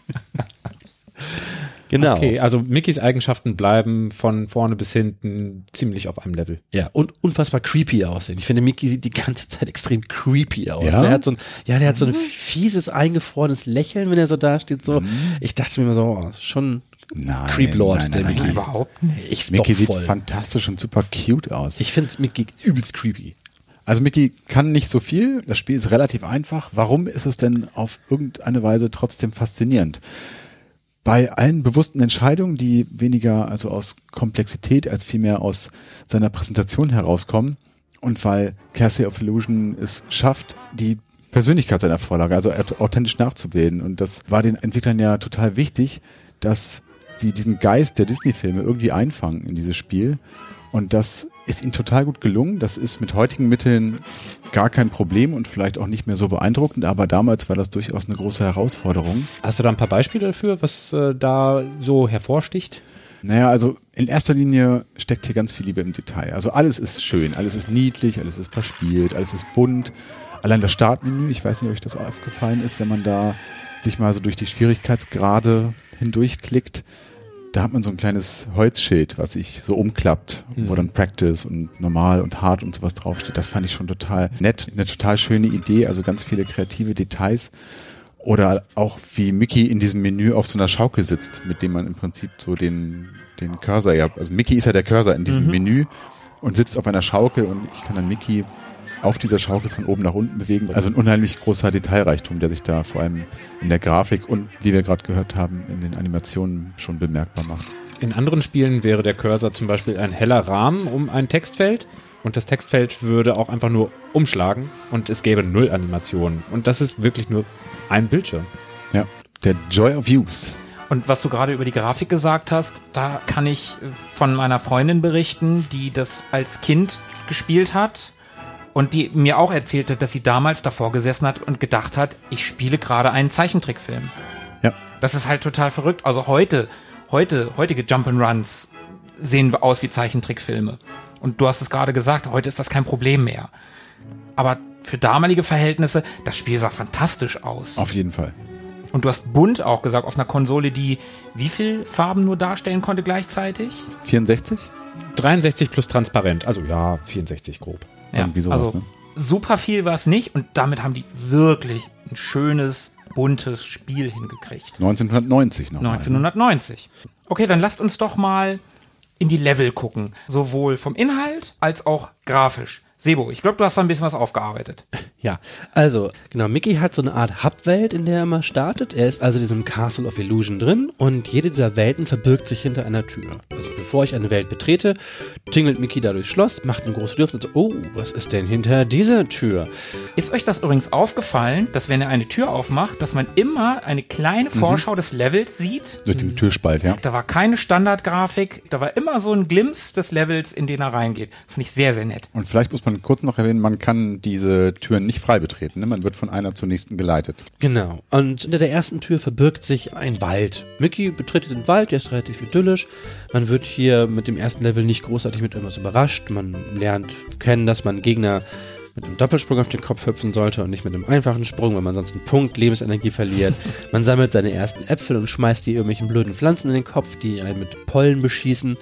Genau. Okay, also Mickeys Eigenschaften bleiben von vorne bis hinten ziemlich auf einem Level. Ja, und unfassbar creepy aussehen. Ich finde, Mickey sieht die ganze Zeit extrem creepy aus. Ja? Der hat so ein fieses, eingefrorenes Lächeln, wenn er so dasteht. So. Ich dachte mir immer so, oh, schon Nein, Creeplord, nein, der nein, Mickey. nein. Überhaupt nicht. Ich Mickey doch sieht voll. fantastisch und super cute aus. Ich finde Mickey übelst creepy. Also Mickey kann nicht so viel, das Spiel ist relativ einfach. Warum ist es denn auf irgendeine Weise trotzdem faszinierend? Bei allen bewussten Entscheidungen, die weniger also aus Komplexität als vielmehr aus seiner Präsentation herauskommen und weil Castle of Illusion es schafft, die Persönlichkeit seiner Vorlage, also authentisch nachzubilden. Und das war den Entwicklern ja total wichtig, dass sie diesen Geist der Disney-Filme irgendwie einfangen in dieses Spiel. Und das ist ihnen total gut gelungen. Das ist mit heutigen Mitteln gar kein Problem und vielleicht auch nicht mehr so beeindruckend, aber damals war das durchaus eine große Herausforderung. Hast du da ein paar Beispiele dafür, was da so hervorsticht? Naja, also in erster Linie steckt hier ganz viel Liebe im Detail. Also alles ist schön, alles ist niedlich, alles ist verspielt, alles ist bunt. Allein das Startmenü, ich weiß nicht, ob euch das aufgefallen ist, wenn man da sich mal so durch die Schwierigkeitsgrade hindurchklickt, da hat man so ein kleines Holzschild, was sich so umklappt, wo dann Practice und Normal und Hard und sowas draufsteht. Das fand ich schon total nett, eine total schöne Idee, also ganz viele kreative Details. Oder auch wie Mickey in diesem Menü auf so einer Schaukel sitzt, mit dem man im Prinzip so den Cursor, also Mickey ist ja der Cursor in diesem Menü und sitzt auf einer Schaukel und ich kann dann Mickey auf dieser Schaukel von oben nach unten bewegen. Also ein unheimlich großer Detailreichtum, der sich da vor allem in der Grafik und, wie wir gerade gehört haben, in den Animationen schon bemerkbar macht. In anderen Spielen wäre der Cursor zum Beispiel ein heller Rahmen um ein Textfeld und das Textfeld würde auch einfach nur umschlagen und es gäbe 0 Animationen. Und das ist wirklich nur ein Bildschirm. Ja, der Joy of Use. Und was du gerade über die Grafik gesagt hast, da kann ich von meiner Freundin berichten, die das als Kind gespielt hat und die mir auch erzählte, dass sie damals davor gesessen hat und gedacht hat, ich spiele gerade einen Zeichentrickfilm. Ja. Das ist halt total verrückt. Also heutige Jump'n'Runs sehen aus wie Zeichentrickfilme. Und du hast es gerade gesagt, heute ist das kein Problem mehr. Aber für damalige Verhältnisse, das Spiel sah fantastisch aus. Auf jeden Fall. Und du hast bunt auch gesagt, auf einer Konsole, die wie viel Farben nur darstellen konnte gleichzeitig? 64? 63 plus transparent, also ja, 64 grob. Ja, Irgendwie sowas, also ne? super viel war es nicht und damit haben die wirklich ein schönes, buntes Spiel hingekriegt. 1990 noch. 1990. Okay, dann lasst uns doch mal in die Level gucken. Sowohl vom Inhalt als auch grafisch. Sebo, ich glaube, du hast da ein bisschen was aufgearbeitet. Ja, also genau, Mickey hat so eine Art Hub-Welt, in der er mal startet. Er ist also in diesem Castle of Illusion drin und jede dieser Welten verbirgt sich hinter einer Tür. Also bevor ich eine Welt betrete, tingelt Mickey da durchs Schloss, macht eine große Tür und so, oh, was ist denn hinter dieser Tür? Ist euch das übrigens aufgefallen, dass wenn er eine Tür aufmacht, dass man immer eine kleine Vorschau des Levels sieht? Durch den Türspalt, ja. Da war keine Standardgrafik, da war immer so ein Glimpse des Levels, in den er reingeht. Fand ich sehr, sehr nett. Und vielleicht muss man kurz noch erwähnen, man kann diese Türen nicht frei betreten. Ne? Man wird von einer zur nächsten geleitet. Genau. Und hinter der ersten Tür verbirgt sich ein Wald. Mickey betritt den Wald, der ist relativ idyllisch. Man wird hier mit dem ersten Level nicht großartig mit irgendwas überrascht. Man lernt kennen, dass man Gegner mit einem Doppelsprung auf den Kopf hüpfen sollte und nicht mit einem einfachen Sprung, weil man sonst einen Punkt Lebensenergie verliert. Man sammelt seine ersten Äpfel und schmeißt die irgendwelchen blöden Pflanzen in den Kopf, die einen mit Pollen beschießen.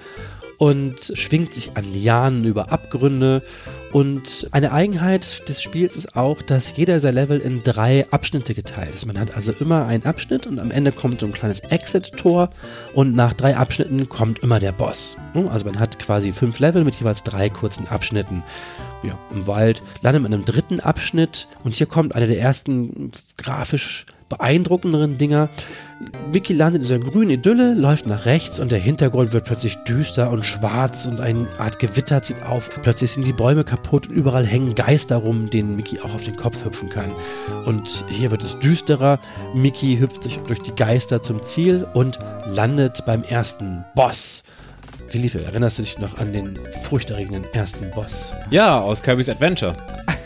Und schwingt sich an Lianen über Abgründe. Und eine Eigenheit des Spiels ist auch, dass jeder dieser Level in 3 Abschnitte geteilt ist. Man hat also immer einen Abschnitt und am Ende kommt so ein kleines Exit-Tor und nach 3 Abschnitten kommt immer der Boss. Also man hat quasi 5 Level mit jeweils 3 kurzen Abschnitten. Ja, im Wald, landet man in einem 3. Abschnitt und hier kommt einer der ersten grafisch beeindruckenderen Dinger. Mickey landet in dieser grünen Idylle, läuft nach rechts und der Hintergrund wird plötzlich düster und schwarz und eine Art Gewitter zieht auf. Plötzlich sind die Bäume kaputt und überall hängen Geister rum, denen Mickey auch auf den Kopf hüpfen kann. Und hier wird es düsterer. Mickey hüpft sich durch die Geister zum Ziel und landet beim ersten Boss. Philippe, erinnerst du dich noch an den furchterregenden ersten Boss? Ja, aus Kirby's Adventure.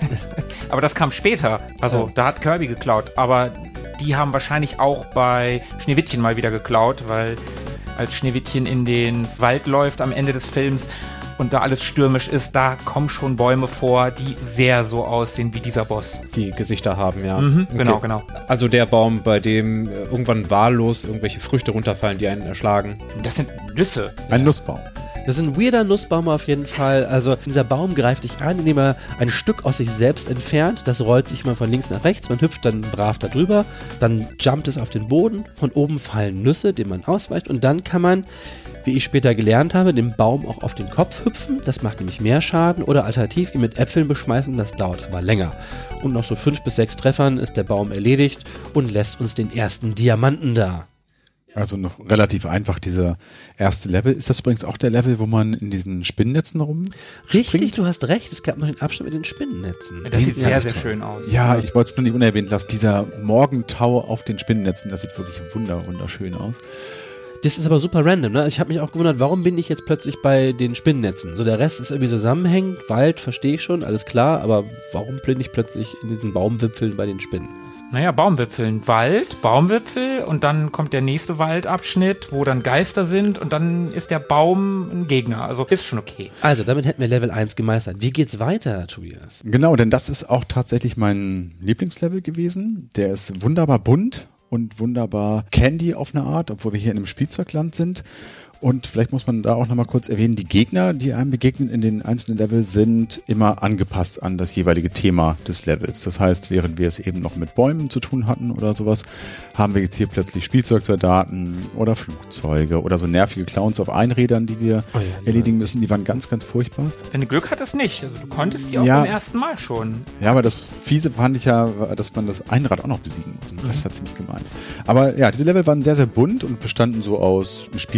Aber das kam später. Also da hat Kirby geklaut. Aber die haben wahrscheinlich auch bei Schneewittchen mal wieder geklaut, weil als Schneewittchen in den Wald läuft am Ende des Films und da alles stürmisch ist, da kommen schon Bäume vor, die sehr so aussehen wie dieser Boss. Die Gesichter haben, ja. Mhm, genau, genau. Also der Baum, bei dem irgendwann wahllos irgendwelche Früchte runterfallen, die einen erschlagen. Das sind Nüsse. Ein Nussbaum. Das ist ein weirder Nussbaum auf jeden Fall. Also dieser Baum greift dich an, indem er ein Stück aus sich selbst entfernt. Das rollt sich mal von links nach rechts. Man hüpft dann brav da drüber. Dann jumpt es auf den Boden. Von oben fallen Nüsse, denen man ausweicht. Und dann kann man, wie ich später gelernt habe, den Baum auch auf den Kopf hüpfen. Das macht nämlich mehr Schaden. Oder alternativ ihn mit Äpfeln beschmeißen. Das dauert aber länger. Und nach so 5 bis 6 Treffern ist der Baum erledigt und lässt uns den ersten Diamanten da. Also noch relativ einfach, dieser erste Level. Ist das übrigens auch der Level, wo man in diesen Spinnennetzen rumspringt? Richtig, du hast recht. Es gab noch den Abschnitt mit den Spinnennetzen. Das sieht sehr, sehr toll. schön aus. Ja, ich wollte es nur nicht unerwähnt lassen. Dieser Morgentau auf den Spinnennetzen, das sieht wirklich wunderschön aus. Das ist aber super random, ne? Ich habe mich auch gewundert, warum bin ich jetzt plötzlich bei den Spinnennetzen? So, der Rest ist irgendwie zusammenhängend, Wald, verstehe ich schon, alles klar, aber warum bin ich plötzlich in diesen Baumwipfeln bei den Spinnen? Naja, Baumwipfeln, Wald, Baumwipfel und dann kommt der nächste Waldabschnitt, wo dann Geister sind und dann ist der Baum ein Gegner. Also ist schon okay. Also, damit hätten wir Level 1 gemeistert. Wie geht's weiter, Tobias? Genau, denn das ist auch tatsächlich mein Lieblingslevel gewesen. Der ist wunderbar bunt und wunderbar Candy auf eine Art, obwohl wir hier in einem Spielzeugland sind. Und vielleicht muss man da auch nochmal kurz erwähnen, die Gegner, die einem begegnen in den einzelnen Levels, sind immer angepasst an das jeweilige Thema des Levels. Das heißt, während wir es eben noch mit Bäumen zu tun hatten oder sowas, haben wir jetzt hier plötzlich Spielzeugsoldaten oder Flugzeuge oder so nervige Clowns auf Einrädern, die wir erledigen müssen. Die waren ganz, ganz furchtbar. Wenn du Glück hattest nicht. Also du konntest die auch Ja. beim ersten Mal schon. Ja, aber das Fiese fand ich ja, dass man das Einrad auch noch besiegen muss. Das war ziemlich gemein. Aber ja, diese Level waren sehr, sehr bunt und bestanden so aus Spielzeugen,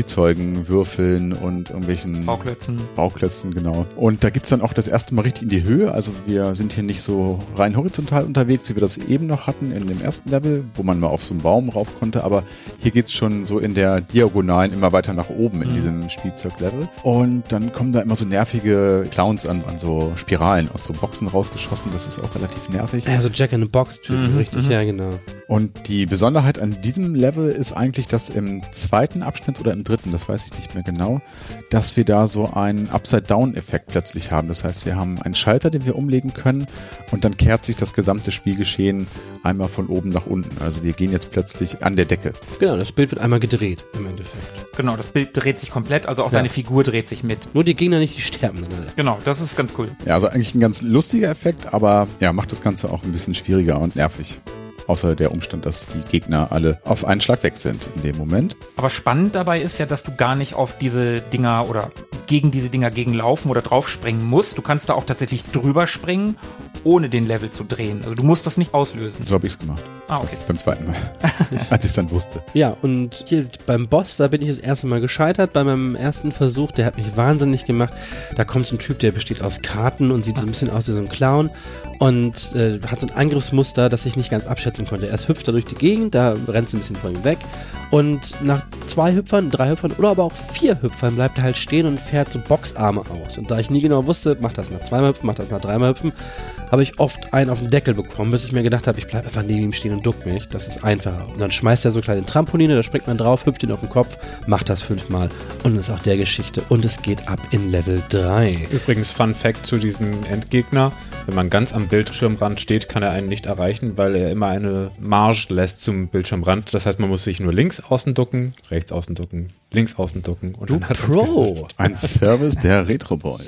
riesigen Würfeln und irgendwelchen Bauklötzen, genau. Und da geht's dann auch das erste Mal richtig in die Höhe. Also wir sind hier nicht so rein horizontal unterwegs, wie wir das eben noch hatten in dem ersten Level, wo man mal auf so einen Baum rauf konnte. Aber hier geht's schon so in der Diagonalen immer weiter nach oben in diesem Spielzeuglevel. Und dann kommen da immer so nervige Clowns an so Spiralen aus so Boxen rausgeschossen. Das ist auch relativ nervig. Ja, so Jack-in-the-Box-Typen, richtig, ja, genau. Und die Besonderheit an diesem Level ist eigentlich, dass im zweiten Abschnitt oder im dritten, das weiß ich nicht mehr genau, dass wir da so einen Upside-Down-Effekt plötzlich haben. Das heißt, wir haben einen Schalter, den wir umlegen können und dann kehrt sich das gesamte Spielgeschehen einmal von oben nach unten. Also wir gehen jetzt plötzlich an der Decke. Genau, das Bild wird einmal gedreht im Endeffekt. Genau, das Bild dreht sich komplett, also auch deine Figur dreht sich mit. Nur die Gegner nicht, die sterben dann alle. Genau, das ist ganz cool. Ja, also eigentlich ein ganz lustiger Effekt, aber ja, macht das Ganze auch ein bisschen schwieriger und nervig. Außer der Umstand, dass die Gegner alle auf einen Schlag weg sind in dem Moment. Aber spannend dabei ist ja, dass du gar nicht auf diese Dinger oder gegen diese Dinger gegenlaufen oder draufspringen musst. Du kannst da auch tatsächlich drüber springen, ohne den Level zu drehen. Also du musst das nicht auslösen. So habe ich es gemacht. Ah, okay. Beim zweiten Mal, als ich es dann wusste. Ja, und hier beim Boss, da bin ich das erste Mal gescheitert. Bei meinem ersten Versuch, der hat mich wahnsinnig gemacht. Da kommt so ein Typ, der besteht aus Karten und sieht so ein bisschen aus wie so ein Clown und hat so ein Angriffsmuster, das ich nicht ganz abschätzen konnte. Erst hüpft er durch die Gegend, da rennt sie ein bisschen von ihm weg und nach 2 Hüpfern, 3 Hüpfern oder aber auch 4 Hüpfern bleibt er halt stehen und fährt so Boxarme aus. Und da ich nie genau wusste, macht das nach 2 Mal hüpfen, macht das nach 3 Mal hüpfen, habe ich oft einen auf den Deckel bekommen, bis ich mir gedacht habe, ich bleibe einfach neben ihm stehen und duck mich. Das ist einfacher. Und dann schmeißt er so kleine Trampoline, da springt man drauf, hüpft ihn auf den Kopf, macht das 5 Mal. Und dann ist auch der Geschichte. Und es geht ab in Level 3. Übrigens, Fun Fact zu diesem Endgegner. Wenn man ganz am Bildschirmrand steht, kann er einen nicht erreichen, weil er immer eine Marge lässt zum Bildschirmrand. Das heißt, man muss sich nur links außen ducken, rechts außen ducken, links außen ducken. Und Du dann hat Pro! Ein Service der Retro Boy.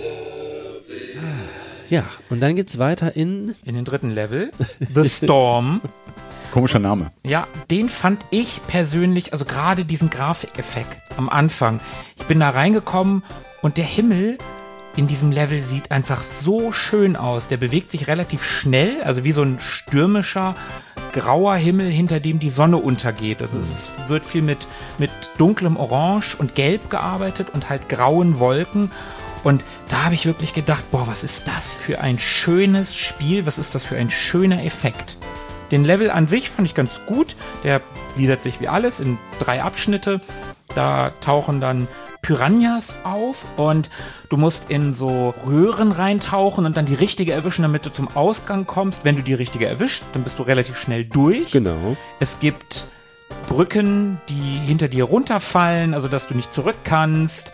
Ja, und dann geht's weiter in In den dritten Level, The Storm. Komischer Name. Ja, den fand ich persönlich, also gerade diesen Grafikeffekt am Anfang. Ich bin da reingekommen und der Himmel in diesem Level sieht einfach so schön aus. Der bewegt sich relativ schnell, also wie so ein stürmischer, grauer Himmel, hinter dem die Sonne untergeht. Also es wird viel mit dunklem Orange und Gelb gearbeitet und halt grauen Wolken. Und da habe ich wirklich gedacht, boah, was ist das für ein schönes Spiel, was ist das für ein schöner Effekt. Den Level an sich fand ich ganz gut, der gliedert sich wie alles in 3 Abschnitte. Da tauchen dann Piranhas auf und du musst in so Röhren reintauchen und dann die richtige erwischen, damit du zum Ausgang kommst. Wenn du die richtige erwischt, dann bist du relativ schnell durch. Genau. Es gibt Brücken, die hinter dir runterfallen, also dass du nicht zurück kannst.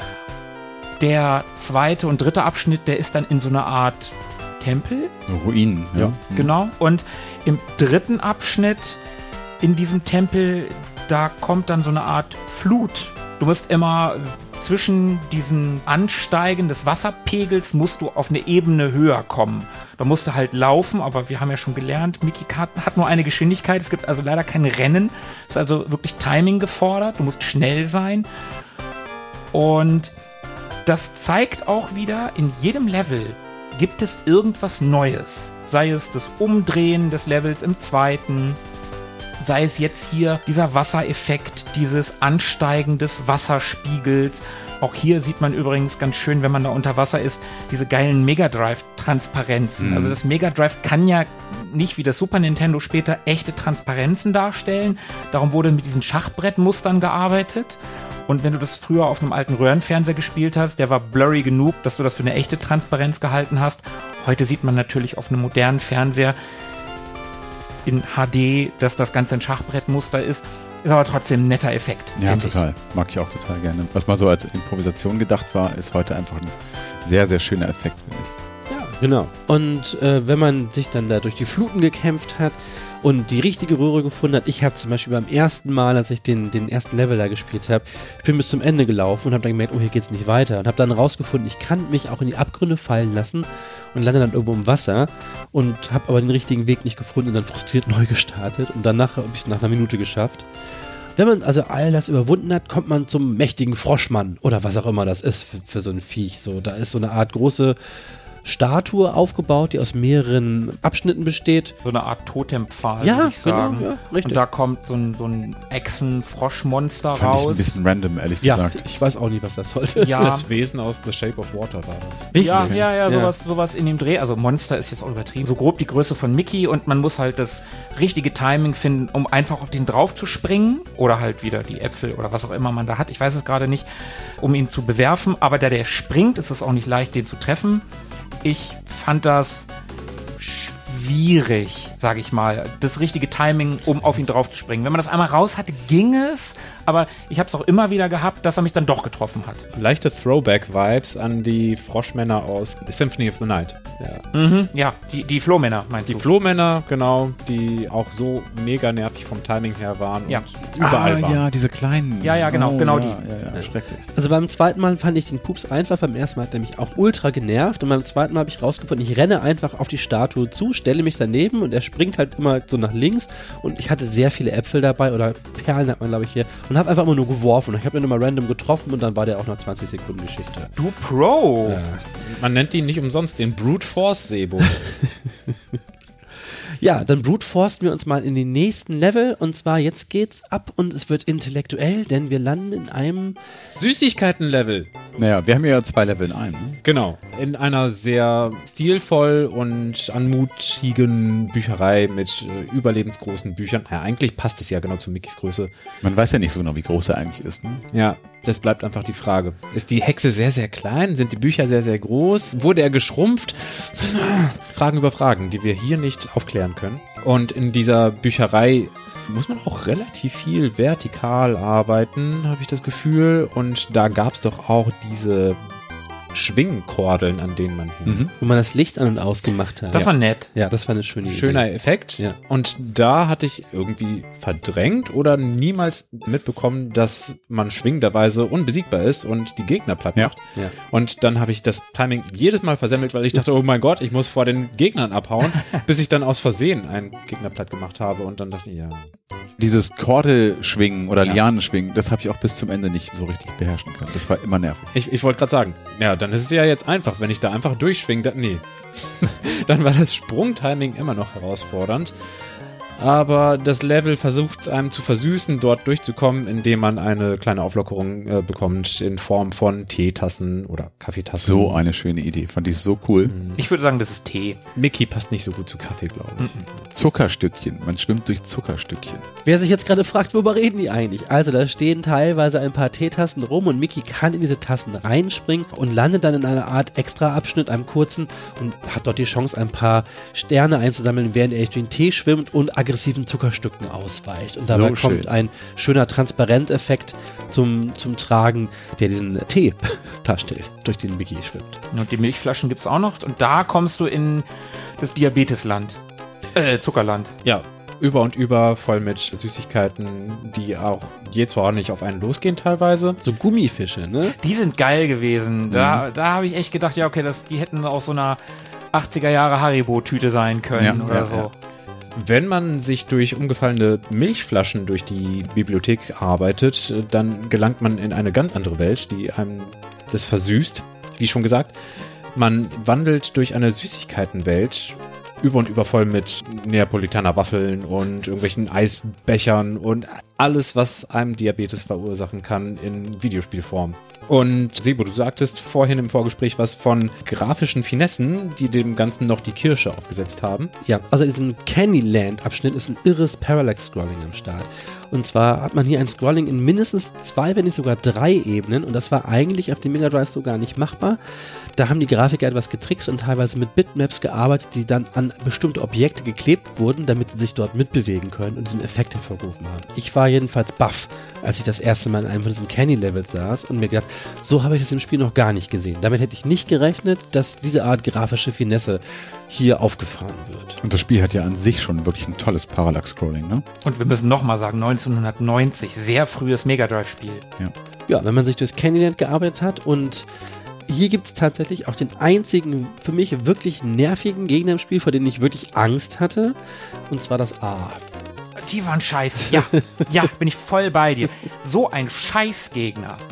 Der 2. und 3. Abschnitt, der ist dann in so einer Art Tempel. Ruinen, ja. Genau. Und im 3. Abschnitt in diesem Tempel, da kommt dann so eine Art Flut. Du musst immer zwischen diesen Ansteigen des Wasserpegels musst du auf eine Ebene höher kommen. Da musst du halt laufen, aber wir haben ja schon gelernt, Mickey hat nur eine Geschwindigkeit. Es gibt also leider kein Rennen. Es ist also wirklich Timing gefordert. Du musst schnell sein. Und das zeigt auch wieder, in jedem Level gibt es irgendwas Neues. Sei es das Umdrehen des Levels im 2., sei es jetzt hier dieser Wassereffekt, dieses Ansteigen des Wasserspiegels. Auch hier sieht man übrigens ganz schön, wenn man da unter Wasser ist, diese geilen Mega Drive-Transparenzen. Also das Mega Drive kann ja nicht wie das Super Nintendo später echte Transparenzen darstellen. Darum wurde mit diesen Schachbrettmustern gearbeitet. Und wenn du das früher auf einem alten Röhrenfernseher gespielt hast, der war blurry genug, dass du das für eine echte Transparenz gehalten hast. Heute sieht man natürlich auf einem modernen Fernseher in HD, dass das Ganze ein Schachbrettmuster ist. Ist aber trotzdem ein netter Effekt. Ja, total. Mag ich auch total gerne. Was mal so als Improvisation gedacht war, ist heute einfach ein sehr, sehr schöner Effekt, finde ich. Ja, genau. Und wenn man sich dann da durch die Fluten gekämpft hat und die richtige Röhre gefunden hat, ich habe zum Beispiel beim ersten Mal, als ich den ersten Level da gespielt habe, ich bin bis zum Ende gelaufen und habe dann gemerkt, oh, hier geht's nicht weiter. Und habe dann rausgefunden, ich kann mich auch in die Abgründe fallen lassen und lande dann irgendwo im Wasser und habe aber den richtigen Weg nicht gefunden und dann frustriert neu gestartet und danach habe ich es nach einer Minute geschafft. Wenn man also all das überwunden hat, kommt man zum mächtigen Froschmann oder was auch immer das ist für so ein Viech. So, da ist so eine Art große Statue aufgebaut, die aus mehreren Abschnitten besteht. So eine Art Totempfahl, Ja, würde ich sagen. genau, ja, richtig. Und da kommt so ein Echsen-Froschmonster Fand ich raus. ein bisschen random, ehrlich Ja, gesagt. ich weiß auch nicht, was das sollte. Ja, Das Wesen aus The Shape of Water war das. Richtig. ja, sowas in dem Dreh. Also Monster ist jetzt auch übertrieben. So grob die Größe von Mickey und man muss halt das richtige Timing finden, um einfach auf den drauf zu springen oder halt wieder die Äpfel oder was auch immer man da hat. Ich weiß es gerade nicht, um ihn zu bewerfen. Aber der springt, ist es auch nicht leicht, den zu treffen. Ich fand das schwierig, sage ich mal, das richtige Timing, um auf ihn drauf zu springen. Wenn man das einmal raus hatte, ging es, aber ich habe es auch immer wieder gehabt, dass er mich dann doch getroffen hat. Leichte Throwback-Vibes an die Froschmänner aus Symphony of the Night. Ja, die Flohmänner, meinst Die du? Flohmänner, genau, die auch so mega nervig vom Timing her waren Ja. und überall waren. Ja, diese kleinen. Ja, genau die. Ja, schrecklich. Also beim zweiten Mal fand ich den Pups einfach, beim ersten Mal hat er mich auch ultra genervt und beim zweiten Mal habe ich rausgefunden, ich renne einfach auf die Statue zu, stelle mich daneben und er springt halt immer so nach links und ich hatte sehr viele Äpfel dabei oder Perlen hat man glaube ich hier und habe einfach immer nur geworfen und ich habe ihn immer random getroffen und dann war der auch nach 20 Sekunden Geschichte. Du Pro! Man nennt ihn nicht umsonst den Brute Force Sebo. Ja, dann brute forsten wir uns mal in den nächsten Level und zwar jetzt geht's ab und es wird intellektuell, denn wir landen in einem Süßigkeiten-Level. Naja, wir haben ja 2 Level in einem. Ne? Genau, in einer sehr stilvoll und anmutigen Bücherei mit überlebensgroßen Büchern. Ja, eigentlich passt es ja genau zu Mickys Größe. Man weiß ja nicht so genau, wie groß er eigentlich ist. Ne? Ja, das bleibt einfach die Frage. Ist die Hexe sehr, sehr klein? Sind die Bücher sehr, sehr groß? Wurde er geschrumpft? Fragen über Fragen, die wir hier nicht aufklären können. Und in dieser Bücherei muss man auch relativ viel vertikal arbeiten, habe ich das Gefühl. Und da gab es doch auch diese Schwingkordeln, an denen man hing. wo man das Licht an- und ausgemacht hat. Das war nett. Ja, das war eine schöne Idee. Schöner Effekt. Ja. Und da hatte ich irgendwie verdrängt oder niemals mitbekommen, dass man schwingenderweise unbesiegbar ist und die Gegner platt Ja. macht. Ja. Und dann habe ich das Timing jedes Mal versemmelt, weil ich dachte, oh mein Gott, ich muss vor den Gegnern abhauen, bis ich dann aus Versehen einen Gegner platt gemacht habe und dann dachte ich, ja. Dieses Kordelschwingen oder Lianenschwingen, das habe ich auch bis zum Ende nicht so richtig beherrschen können. Das war immer nervig. Ich wollte gerade sagen, ja, dann ist es ja jetzt einfach, wenn ich da einfach durchschwinge, nee. Dann war das Sprungtiming immer noch herausfordernd. Aber das Level versucht es einem zu versüßen, dort durchzukommen, indem man eine kleine Auflockerung bekommt in Form von Teetassen oder Kaffeetassen. So eine schöne Idee. Fand ich so cool. Ich würde sagen, das ist Tee. Mickey passt nicht so gut zu Kaffee, glaube ich. Zuckerstückchen. Man schwimmt durch Zuckerstückchen. Wer sich jetzt gerade fragt, worüber reden die eigentlich? Also da stehen teilweise ein paar Teetassen rum und Mickey kann in diese Tassen reinspringen und landet dann in einer Art Extra-Abschnitt, einem kurzen und hat dort die Chance, ein paar Sterne einzusammeln, während er durch den Tee schwimmt und aggressiven Zuckerstücken ausweicht. Und dabei So schön. kommt ein schöner Transparenteffekt zum Tragen, der diesen Tee darstellt, durch den Mickey schwimmt. Und die Milchflaschen gibt's auch noch. Und da kommst du in das Diabetesland. Zuckerland. Ja, über und über voll mit Süßigkeiten, die auch je zwar nicht auf einen losgehen teilweise. So Gummifische, ne? Die sind geil gewesen. Da habe ich echt gedacht, ja, okay, die hätten aus so einer 80er Jahre Haribo-Tüte sein können oder so. Ja. Wenn man sich durch umgefallene Milchflaschen durch die Bibliothek arbeitet, dann gelangt man in eine ganz andere Welt, die einem das versüßt. Wie schon gesagt, man wandelt durch eine Süßigkeitenwelt, über und über voll mit Neapolitaner Waffeln und irgendwelchen Eisbechern und alles, was einem Diabetes verursachen kann in Videospielform. Und Sebo, du sagtest vorhin im Vorgespräch was von grafischen Finessen, die dem Ganzen noch die Kirsche aufgesetzt haben. Ja, also in diesem Candyland-Abschnitt ist ein irres Parallax-Scrolling am Start. Und zwar hat man hier ein Scrolling in mindestens 2, wenn nicht sogar 3 Ebenen und das war eigentlich auf dem Mega Drive so gar nicht machbar. Da haben die Grafiker etwas getrickst und teilweise mit Bitmaps gearbeitet, die dann an bestimmte Objekte geklebt wurden, damit sie sich dort mitbewegen können und diesen Effekt hervorgerufen haben. Ich war jedenfalls baff, als ich das erste Mal in einem von diesen Candy-Levels saß und mir gedacht, so habe ich das im Spiel noch gar nicht gesehen. Damit hätte ich nicht gerechnet, dass diese Art grafische Finesse hier aufgefahren wird. Und das Spiel hat ja an sich schon wirklich ein tolles Parallax-Scrolling, ne? Und wir müssen nochmal sagen, 1990, sehr frühes Mega Drive-Spiel. Ja, wenn man sich durchs Candyland gearbeitet hat und hier gibt es tatsächlich auch den einzigen, für mich wirklich nervigen Gegner im Spiel, vor dem ich wirklich Angst hatte. Und zwar das A. Die waren scheiße. Ja, bin ich voll bei dir. So ein Scheißgegner. Ja.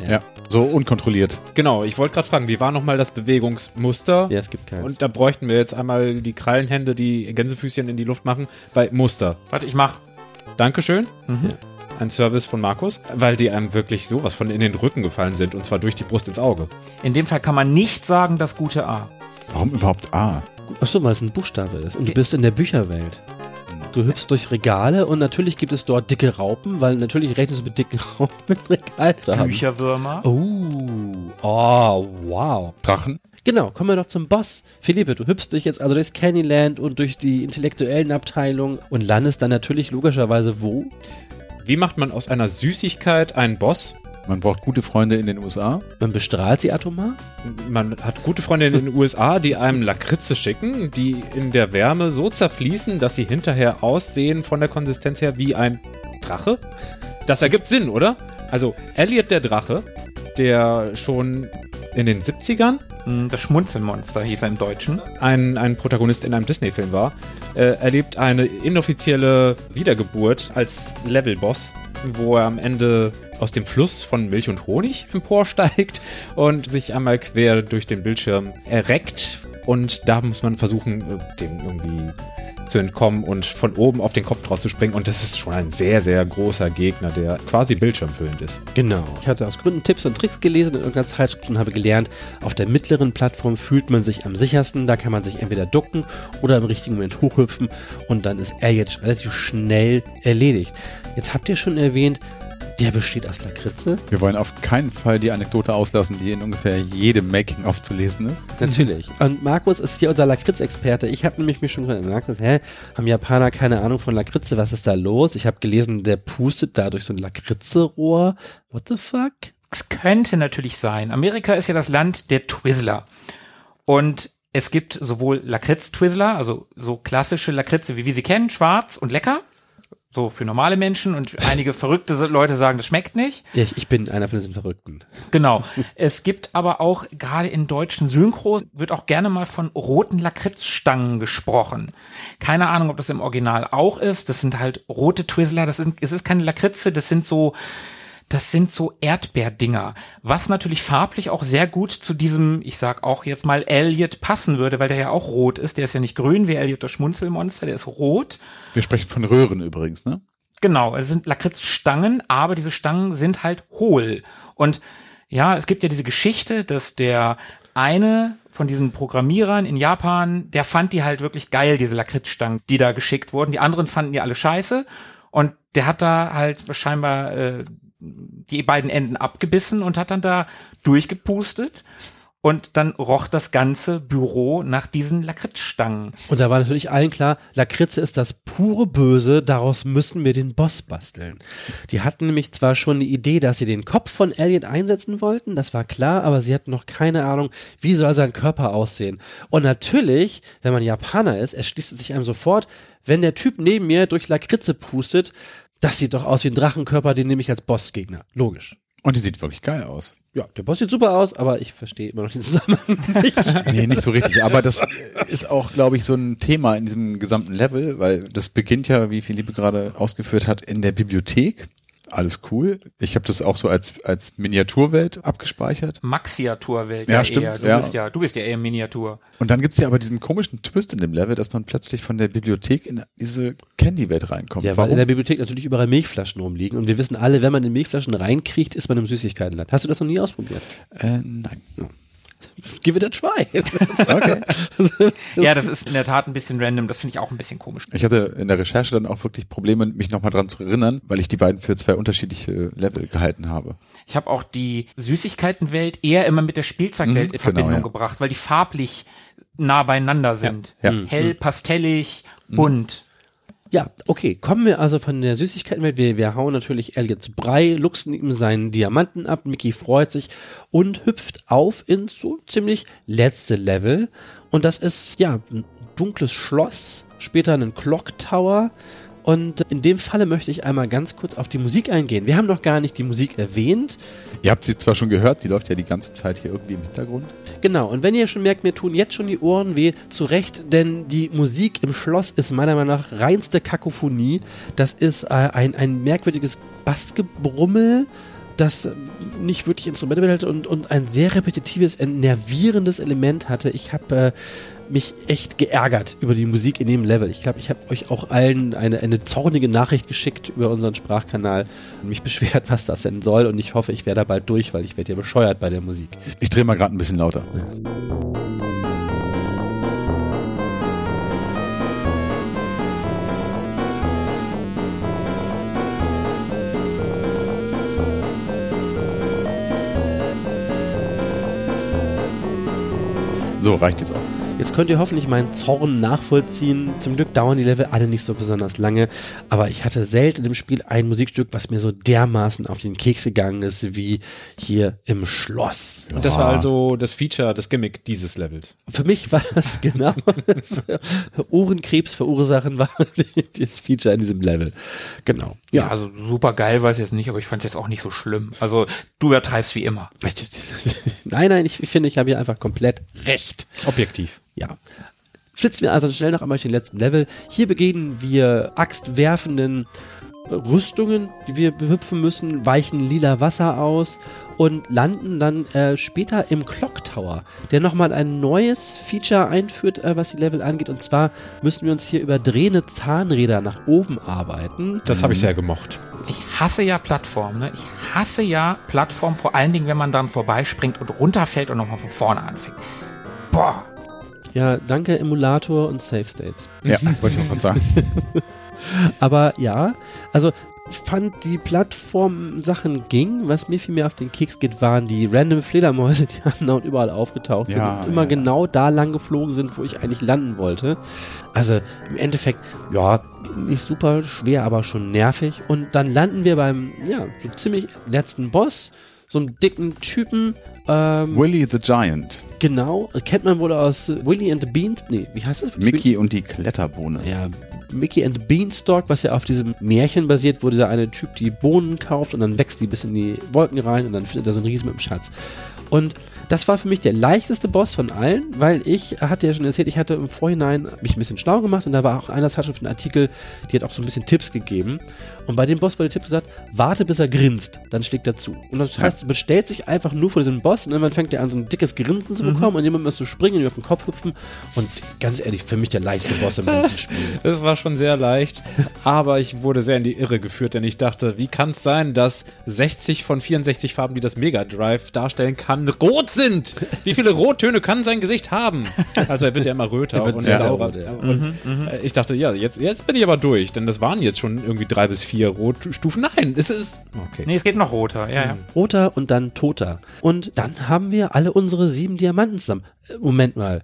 So unkontrolliert. Genau, ich wollte gerade fragen, wie war nochmal das Bewegungsmuster? Ja, es gibt keins. Und da bräuchten wir jetzt einmal die Krallenhände, die Gänsefüßchen in die Luft machen, bei Muster. Warte, ich mach. Dankeschön. Mhm. Ein Service von Markus, weil die einem wirklich sowas von in den Rücken gefallen sind und zwar durch die Brust ins Auge. In dem Fall kann man nicht sagen, das gute A. Warum überhaupt A? Achso, weil es ein Buchstabe ist. Und du bist in der Bücherwelt. Du hüpfst durch Regale und natürlich gibt es dort dicke Raupen, weil natürlich rechnest du mit dicken Raupen mit Regal. Bücherwürmer. Oh, wow. Drachen? Genau, kommen wir doch zum Boss. Philippe, du hüpfst dich jetzt also durchs Candyland und durch die intellektuellen Abteilungen und landest dann natürlich logischerweise wo? Wie macht man aus einer Süßigkeit einen Boss? Man braucht gute Freunde in den USA. Man bestrahlt sie atomar? Man hat gute Freunde in den USA, die einem Lakritze schicken, die in der Wärme so zerfließen, dass sie hinterher aussehen von der Konsistenz her wie ein Drache. Das ergibt Sinn, oder? Also Elliot der Drache, der schon in den 70ern Das Schmunzelmonster hieß er im Deutschen. ein Protagonist in einem Disney-Film war, erlebt eine inoffizielle Wiedergeburt als Levelboss, wo er am Ende aus dem Fluss von Milch und Honig emporsteigt und sich einmal quer durch den Bildschirm erreckt. Und da muss man versuchen, dem irgendwie zu entkommen und von oben auf den Kopf drauf zu springen. Und das ist schon ein sehr, sehr großer Gegner, der quasi bildschirmfüllend ist. Genau. Ich hatte aus Gründen Tipps und Tricks gelesen in irgendeiner Zeitschrift und habe gelernt, auf der mittleren Plattform fühlt man sich am sichersten. Da kann man sich entweder ducken oder im richtigen Moment hochhüpfen und dann ist er jetzt relativ schnell erledigt. Jetzt habt ihr schon erwähnt, der besteht aus Lakritze. Wir wollen auf keinen Fall die Anekdote auslassen, die in ungefähr jedem Making-of zu lesen ist. Natürlich. Und Markus ist hier unser Lakritz-Experte. Ich habe nämlich mich schon gefragt, Markus, haben Japaner keine Ahnung von Lakritze? Was ist da los? Ich habe gelesen, der pustet da durch so ein Lakritze-Rohr. What the fuck? Es könnte natürlich sein. Amerika ist ja das Land der Twizzler. Und es gibt sowohl Lakritz-Twizzler, also so klassische Lakritze, wie wir sie kennen, schwarz und lecker. So für normale Menschen und einige verrückte Leute sagen, das schmeckt nicht. Ja, ich bin einer von diesen Verrückten. Genau. Es gibt aber auch, gerade in deutschen Synchro, wird auch gerne mal von roten Lakritzstangen gesprochen. Keine Ahnung, ob das im Original auch ist. Das sind halt rote Twizzler. Es ist keine Lakritze, das sind so Erdbeerdinger, was natürlich farblich auch sehr gut zu diesem, ich sag auch jetzt mal Elliot passen würde, weil der ja auch rot ist. Der ist ja nicht grün wie Elliot das Schmunzelmonster, der ist rot. Wir sprechen von Röhren übrigens, ne? Genau, es sind Lakritzstangen, aber diese Stangen sind halt hohl. Und ja, es gibt ja diese Geschichte, dass der eine von diesen Programmierern in Japan, der fand die halt wirklich geil, diese Lakritzstangen, die da geschickt wurden. Die anderen fanden die alle scheiße. Und der hat da halt scheinbar die beiden Enden abgebissen und hat dann da durchgepustet. Und dann roch das ganze Büro nach diesen Lakritzstangen. Und da war natürlich allen klar, Lakritze ist das pure Böse, daraus müssen wir den Boss basteln. Die hatten nämlich zwar schon die Idee, dass sie den Kopf von Elliot einsetzen wollten, das war klar, aber sie hatten noch keine Ahnung, wie soll sein Körper aussehen. Und natürlich, wenn man Japaner ist, erschließt es sich einem sofort, wenn der Typ neben mir durch Lakritze pustet, das sieht doch aus wie ein Drachenkörper, den nehme ich als Bossgegner. Logisch. Und die sieht wirklich geil aus. Ja, der Boss sieht super aus, aber ich verstehe immer noch den Zusammenhang nicht. Nee, nicht so richtig. Aber das ist auch, glaube ich, so ein Thema in diesem gesamten Level, weil das beginnt ja, wie Philippe gerade ausgeführt hat, in der Bibliothek. Alles cool. Ich habe das auch so als Miniaturwelt abgespeichert. Maxiaturwelt. Ja, stimmt. Eher. Du bist ja eher Miniatur. Und dann gibt's ja aber diesen komischen Twist in dem Level, dass man plötzlich von der Bibliothek in diese Candy-Welt reinkommt. Ja, weil in der Bibliothek natürlich überall Milchflaschen rumliegen und wir wissen alle, wenn man in Milchflaschen reinkriegt, ist man im Süßigkeitenland. Hast du das noch nie ausprobiert? Nein. Give it a try. Okay. Ja, das ist in der Tat ein bisschen random. Das finde ich auch ein bisschen komisch. Ich hatte in der Recherche dann auch wirklich Probleme, mich nochmal dran zu erinnern, weil ich die beiden für zwei unterschiedliche Level gehalten habe. Ich habe auch die Süßigkeitenwelt eher immer mit der Spielzeugwelt in Verbindung gebracht, weil die farblich nah beieinander sind. Ja. Hell, pastellig, bunt. Ja, okay, kommen wir also von der Süßigkeitenwelt. Wir hauen natürlich Elliots Brei, luchsen ihm seinen Diamanten ab, Mickey freut sich und hüpft auf ins so ziemlich letzte Level. Und das ist, ja, ein dunkles Schloss, später ein Clock Tower. Und in dem Falle möchte ich einmal ganz kurz auf die Musik eingehen. Wir haben noch gar nicht die Musik erwähnt. Ihr habt sie zwar schon gehört, die läuft ja die ganze Zeit hier irgendwie im Hintergrund. Genau, und wenn ihr schon merkt, mir tun jetzt schon die Ohren weh, zu Recht, denn die Musik im Schloss ist meiner Meinung nach reinste Kakophonie. Das ist ein merkwürdiges Bassgebrummel das nicht wirklich Instrumente behält und ein sehr repetitives, nervierendes Element hatte. Ich habe mich echt geärgert über die Musik in dem Level. Ich glaube, ich habe euch auch allen eine zornige Nachricht geschickt über unseren Sprachkanal und mich beschwert, was das denn soll, und ich hoffe, ich werde da bald durch, weil ich werde ja bescheuert bei der Musik. Ich drehe mal gerade ein bisschen lauter. So, reicht jetzt auch. Jetzt könnt ihr hoffentlich meinen Zorn nachvollziehen. Zum Glück dauern die Level alle nicht so besonders lange, aber ich hatte selten im Spiel ein Musikstück, was mir so dermaßen auf den Keks gegangen ist, wie hier im Schloss. Und das war also das Feature, das Gimmick dieses Levels. Für mich war das genau das. Ohrenkrebs verursachen war das Feature in diesem Level. Genau. Ja, also super geil war es jetzt nicht, aber ich fand es jetzt auch nicht so schlimm. Also du übertreibst wie immer. Nein, ich finde, ich habe hier einfach komplett recht. Objektiv. Ja. Flitzen wir also schnell noch einmal durch den letzten Level. Hier begegnen wir axtwerfenden Rüstungen, die wir behüpfen müssen, weichen lila Wasser aus und landen dann später im Clock Tower, der nochmal ein neues Feature einführt, was die Level angeht. Und zwar müssen wir uns hier über drehende Zahnräder nach oben arbeiten. Das habe ich sehr gemocht. Ich hasse ja Plattformen, ne? Ich hasse ja Plattformen, vor allen Dingen, wenn man dann vorbeispringt und runterfällt und nochmal von vorne anfängt. Boah! Ja, danke Emulator und Save States. Ja, wollte ich auch gerade sagen. Aber ja, also fand die Plattform-Sachen ging. Was mir viel mehr auf den Keks geht, waren die random Fledermäuse, die andauernd überall aufgetaucht sind und immer genau da lang geflogen sind, wo ich eigentlich landen wollte. Also im Endeffekt, ja, nicht super schwer, aber schon nervig. Und dann landen wir beim, ja, so ziemlich letzten Boss, so einem dicken Typen. Willy the Giant. Genau, kennt man wohl aus Willy and the Beans. Nee, wie heißt das? Mickey und die Kletterbohne. Ja, Mickey and the Beanstalk, was ja auf diesem Märchen basiert, wo dieser eine Typ die Bohnen kauft und dann wächst die bis in die Wolken rein und dann findet er so einen Riesen mit dem Schatz. Und das war für mich der leichteste Boss von allen, weil ich hatte ja schon erzählt, ich hatte im Vorhinein mich ein bisschen schlau gemacht und da war auch einer Zeitschrift ein Artikel, die hat auch so ein bisschen Tipps gegeben. Und bei dem Boss war der Tipp gesagt, warte bis er grinst, dann schlägt er zu. Und das heißt, man stellt sich einfach nur vor diesem Boss und irgendwann fängt er an, so ein dickes Grinsen zu bekommen und jemand müsste springen und ihm auf den Kopf hüpfen. Und ganz ehrlich, für mich der leichteste Boss im ganzen Spiel. Es war schon sehr leicht, aber ich wurde sehr in die Irre geführt, denn ich dachte, wie kann es sein, dass 60 von 64 Farben, die das Mega Drive darstellen kann, rot sind? Wie viele Rottöne kann sein Gesicht haben? Also er wird ja immer röter und saurer. Und ich dachte, ja, jetzt bin ich aber durch, denn das waren jetzt schon irgendwie 3 bis 4 Rotstufen. Nein, es ist... Okay. Nee, es geht noch roter, ja. Roter und dann toter. Und dann haben wir alle unsere 7 Diamanten zusammen. Moment mal.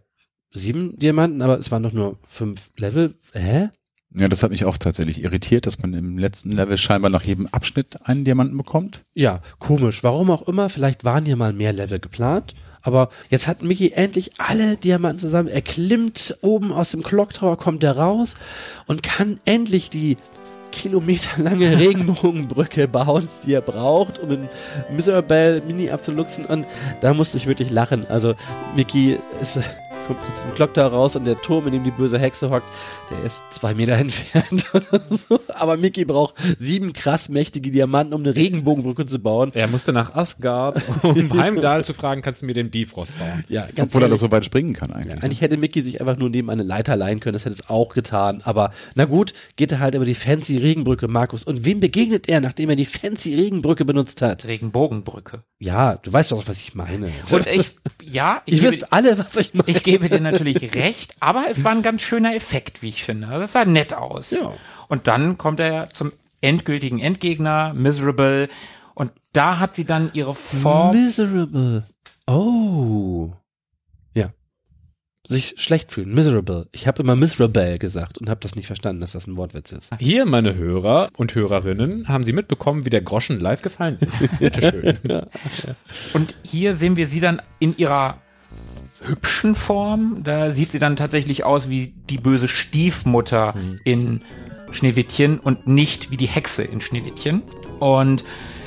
7 Diamanten, aber es waren doch nur 5 Level. Hä? Ja, das hat mich auch tatsächlich irritiert, dass man im letzten Level scheinbar nach jedem Abschnitt einen Diamanten bekommt. Ja, komisch. Warum auch immer. Vielleicht waren hier mal mehr Level geplant. Aber jetzt hat Mickey endlich alle Diamanten zusammen. Er klimmt oben aus dem Clock Tower, kommt er raus und kann endlich die kilometerlange Regenbogenbrücke bauen, die er braucht, um den Miserable Mini abzuluxen. Und da musste ich wirklich lachen. Also Mickey kommt aus dem Clock Tower raus und der Turm, in dem die böse Hexe hockt, der ist 2 Meter entfernt oder so. Aber Mickey braucht 7 krass mächtige Diamanten, um eine Regenbogenbrücke zu bauen. Er musste nach Asgard, um Heimdall zu fragen, kannst du mir den Bifrost bauen? Ja, ganz obwohl er das so weit springen kann eigentlich. Ja, eigentlich hätte Mickey sich einfach nur neben eine Leiter leihen können, das hätte es auch getan. Aber na gut, geht er halt über die fancy Regenbrücke, Markus. Und wem begegnet er, nachdem er die fancy Regenbrücke benutzt hat? Regenbogenbrücke. Ja, du weißt doch, was ich meine. Und ihr wisst alle, was ich meine. Ich gebe dir natürlich recht, aber es war ein ganz schöner Effekt, wie ich finde. Also das sah nett aus. Ja. Und dann kommt er zum endgültigen Endgegner, Miserable. Und da hat sie dann ihre Form. Miserable. Oh. Ja. Sich schlecht fühlen. Miserable. Ich habe immer Miserable gesagt und habe das nicht verstanden, dass das ein Wortwitz ist. Hier, meine Hörer und Hörerinnen, haben Sie mitbekommen, wie der Groschen live gefallen ist. Bitteschön. Ja. Und hier sehen wir sie dann in ihrer hübschen Form. Da sieht sie dann tatsächlich aus wie die böse Stiefmutter in Schneewittchen und nicht wie die Hexe in Schneewittchen. Und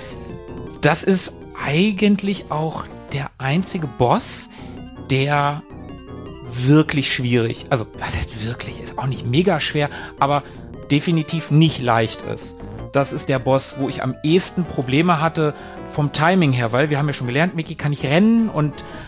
das ist eigentlich auch der einzige Boss, der wirklich schwierig, also was heißt wirklich, ist auch nicht mega schwer, aber definitiv nicht leicht ist. das ist der Boss, wo ich am ehesten Probleme hatte vom Timing her, weil wir haben ja schon gelernt, Mickey kann nicht rennen und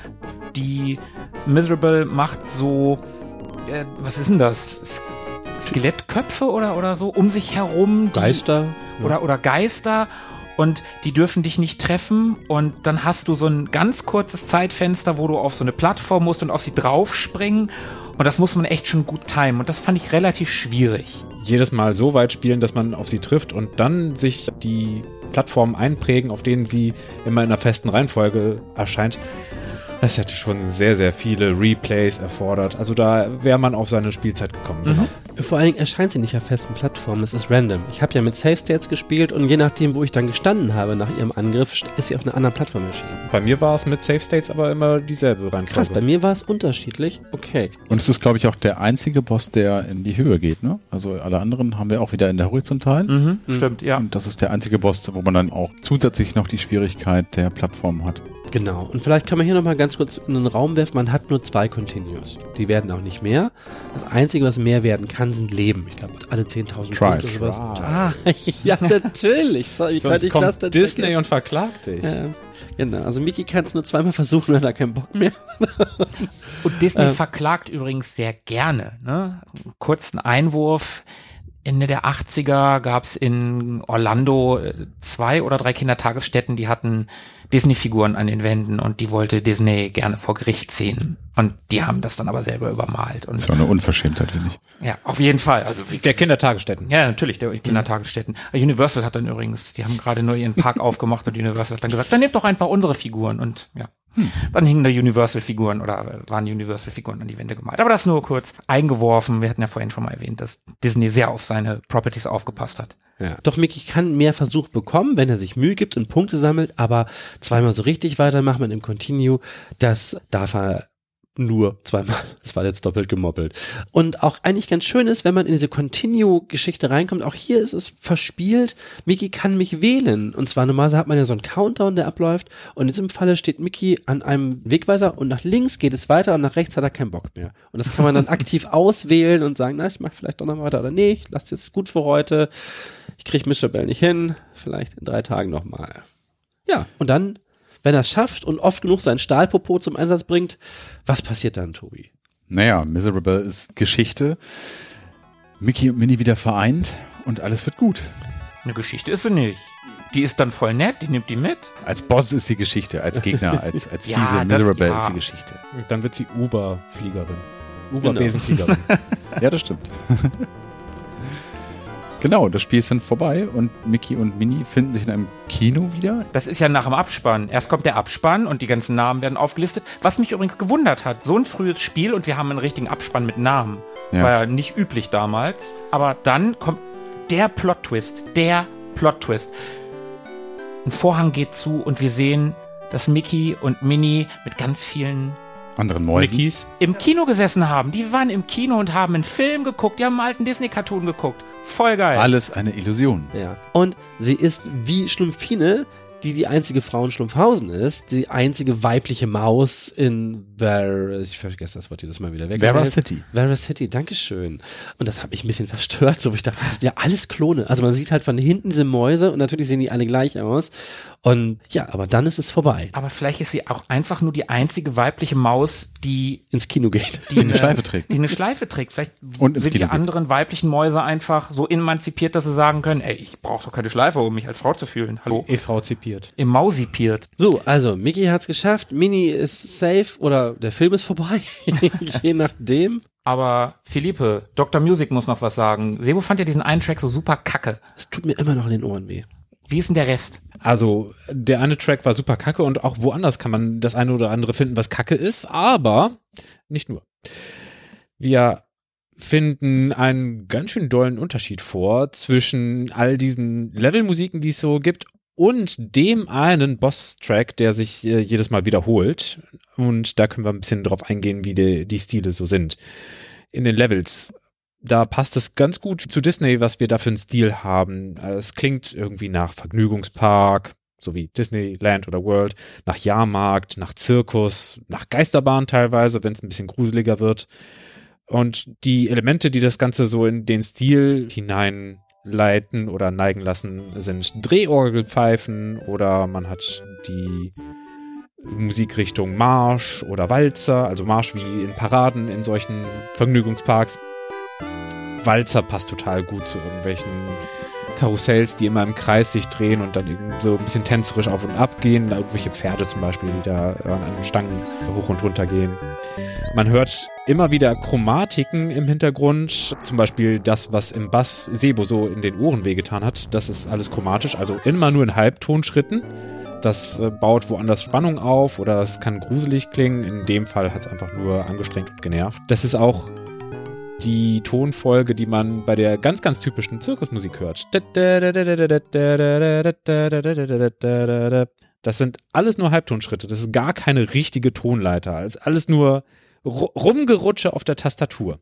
die Miserable macht so, was ist denn das? Skelettköpfe oder so um sich herum. Geister. Oder Geister. Und die dürfen dich nicht treffen. Und dann hast du so ein ganz kurzes Zeitfenster, wo du auf so eine Plattform musst und auf sie draufspringen. Und das muss man echt schon gut timen. Und das fand ich relativ schwierig. Jedes Mal so weit spielen, dass man auf sie trifft und dann sich die Plattformen einprägen, auf denen sie immer in einer festen Reihenfolge erscheint. Das hätte schon sehr, sehr viele Replays erfordert. Also da wäre man auf seine Spielzeit gekommen. Genau. Vor allen Dingen erscheint sie nicht auf festen Plattformen, das ist random. Ich habe ja mit Save States gespielt und je nachdem, wo ich dann gestanden habe nach ihrem Angriff, ist sie auf einer anderen Plattform erschienen. Bei mir war es mit Save States aber immer dieselbe Reihenfolge. Krass, bei mir war es unterschiedlich. Okay. Und es ist, glaube ich, auch der einzige Boss, der in die Höhe geht, ne? Also alle anderen haben wir auch wieder in der Horizontalen. Stimmt, ja. Und das ist der einzige Boss, wo man dann auch zusätzlich noch die Schwierigkeit der Plattform hat. Genau. Und vielleicht kann man hier nochmal ganz kurz in den Raum werfen, man hat nur 2 Continues. Die werden auch nicht mehr. Das Einzige, was mehr werden kann, sind Leben. Ich glaube, alle 10.000 Punkte oder sowas. Ah, ja, natürlich. Wie Sonst ich kommt das denn Disney vergessen? und verklagt dich. Genau, also Mickey kann es nur 2-mal versuchen, dann hat er keinen Bock mehr. Und Disney verklagt übrigens sehr gerne. Ne? Kurzen Einwurf. Ende der 80er gab es in Orlando 2 oder 3 Kindertagesstätten, die hatten Disney-Figuren an den Wänden und die wollte Disney gerne vor Gericht ziehen. Und die haben das dann aber selber übermalt. Und Das war eine Unverschämtheit, finde ich. ja, auf jeden Fall. Also Der Kindertagesstätten. ja, natürlich, der Kindertagesstätten. Universal hat dann übrigens, die haben gerade nur ihren Park aufgemacht und Universal hat dann gesagt, dann nehmt doch einfach unsere Figuren und ja. Dann hingen da Universal-Figuren oder waren Universal-Figuren an die Wände gemalt. Aber das nur kurz eingeworfen. Wir hatten ja vorhin schon mal erwähnt, dass Disney sehr auf seine Properties aufgepasst hat. Ja. Doch Mickey kann mehr Versuch bekommen, wenn er sich Mühe gibt und Punkte sammelt, aber 2-mal so richtig weitermachen mit dem Continue, das darf er nur 2-mal. Das war jetzt doppelt gemoppelt. Und auch eigentlich ganz schön ist, wenn man in diese Continue-Geschichte reinkommt, auch hier ist es verspielt, Mickey kann mich wählen. Und zwar normalerweise hat man ja so einen Countdown, der abläuft und in diesem Falle steht Mickey an einem Wegweiser und nach links geht es weiter und nach rechts hat er keinen Bock mehr. Und das kann man dann aktiv auswählen und sagen, na, ich mach vielleicht doch noch mal weiter oder nee, ich lasse jetzt gut für heute. Ich krieg Mr. Bell nicht hin, vielleicht in 3 Tagen nochmal. Ja, und dann, wenn er es schafft und oft genug seinen Stahlpopo zum Einsatz bringt, was passiert dann, Tobi? Naja, Miserable ist Geschichte. Mickey und Minnie wieder vereint und alles wird gut. Eine Geschichte ist sie nicht. Die ist dann voll nett, die nimmt die mit. Als Boss ist sie Geschichte, als Gegner, als fiese Ja, das- Miserable ja. ist sie Geschichte. Und dann wird sie Uber-Fliegerin. Uber-Besenfliegerin. Ja, das stimmt. Genau, das Spiel ist dann vorbei und Mickey und Minnie finden sich in einem Kino wieder. Das ist ja nach dem Abspann. Erst kommt der Abspann und die ganzen Namen werden aufgelistet. Was mich übrigens gewundert hat, so ein frühes Spiel und wir haben einen richtigen Abspann mit Namen. Ja. War ja nicht üblich damals. Aber dann kommt der Plot-Twist. Ein Vorhang geht zu und wir sehen, dass Mickey und Minnie mit ganz vielen Anderen Mäusen. Mickeys. im Kino gesessen haben. Die waren im Kino und haben einen Film geguckt. Die haben einen alten Disney-Cartoon geguckt. Voll geil. Alles eine Illusion. Ja. Und sie ist wie Schlumpfine, die einzige Frau in Schlumpfhausen ist, die einzige weibliche Maus in ich vergesse das Wort jedes Mal wieder weg. Veracity. Veracity, dankeschön. Und das hat mich ein bisschen verstört, so wo ich dachte, das sind ja alles Klone. Also man sieht halt von hinten diese Mäuse und natürlich sehen die alle gleich aus. Und ja, aber dann ist es vorbei. Aber vielleicht ist sie auch einfach nur die einzige weibliche Maus, die Ins Kino geht. eine Schleife trägt. Die eine Schleife trägt. Vielleicht Und ins sind die Kino geht. anderen weiblichen Mäuse einfach so emanzipiert, dass sie sagen können, ey, ich brauche doch keine Schleife, um mich als Frau zu fühlen. Hallo? EV-zipiert. Im Mausipiert. So, also Mickey hat's geschafft, Minnie ist safe oder der Film ist vorbei, je nachdem. Aber Philippe, Dr. Music muss noch was sagen. Sebo fand ja diesen einen Track so super kacke. Es tut mir immer noch in den Ohren weh. Wie ist denn der Rest? Also, der eine Track war super kacke und auch woanders kann man das eine oder andere finden, was kacke ist, aber nicht nur. Wir finden einen ganz schön dollen Unterschied vor zwischen all diesen Levelmusiken, die es so gibt, und dem einen Boss-Track, der sich jedes Mal wiederholt. Und da können wir ein bisschen drauf eingehen, wie die Stile so sind. In den Levels, da passt es ganz gut zu Disney, was wir da für einen Stil haben. Es klingt irgendwie nach Vergnügungspark, so wie Disneyland oder World, nach Jahrmarkt, nach Zirkus, nach Geisterbahn teilweise, wenn es ein bisschen gruseliger wird. Und die Elemente, die das Ganze so in den Stil hinein leiten oder neigen lassen, sind Drehorgelpfeifen oder man hat die Musikrichtung Marsch oder Walzer, also Marsch wie in Paraden in solchen Vergnügungsparks. Walzer passt total gut zu irgendwelchen Karussells, die immer im Kreis sich drehen und dann eben so ein bisschen tänzerisch auf und ab gehen. Da irgendwelche Pferde zum Beispiel, die da an den Stangen hoch und runter gehen. Man hört immer wieder Chromatiken im Hintergrund. Zum Beispiel das, was im Bass Sebo so in den Ohren wehgetan hat. Das ist alles chromatisch, also immer nur in Halbtonschritten. Das baut woanders Spannung auf oder es kann gruselig klingen. In dem Fall hat es einfach nur angestrengt und genervt. Das ist auch die Tonfolge, die man bei der ganz, ganz typischen Zirkusmusik hört. Das sind alles nur Halbtonschritte. Das ist gar keine richtige Tonleiter. Das ist alles nur Rumgerutsche auf der Tastatur.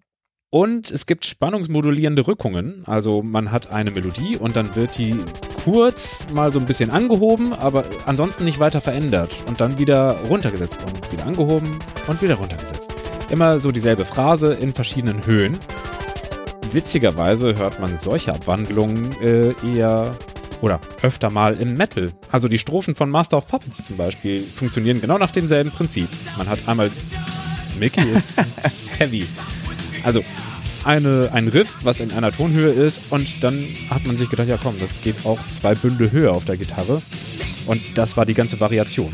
Und es gibt spannungsmodulierende Rückungen. Also man hat eine Melodie und dann wird die kurz mal so ein bisschen angehoben, aber ansonsten nicht weiter verändert. Und dann wieder runtergesetzt und wieder angehoben und wieder runtergesetzt. Immer so dieselbe Phrase in verschiedenen Höhen. Witzigerweise hört man solche Abwandlungen eher oder öfter mal im Metal. Also die Strophen von Master of Puppets zum Beispiel funktionieren genau nach demselben Prinzip. Man hat einmal Mickey ist heavy. Also ein Riff, was in einer Tonhöhe ist und dann hat man sich gedacht, ja komm, das geht auch 2 Bünde höher auf der Gitarre und das war die ganze Variation.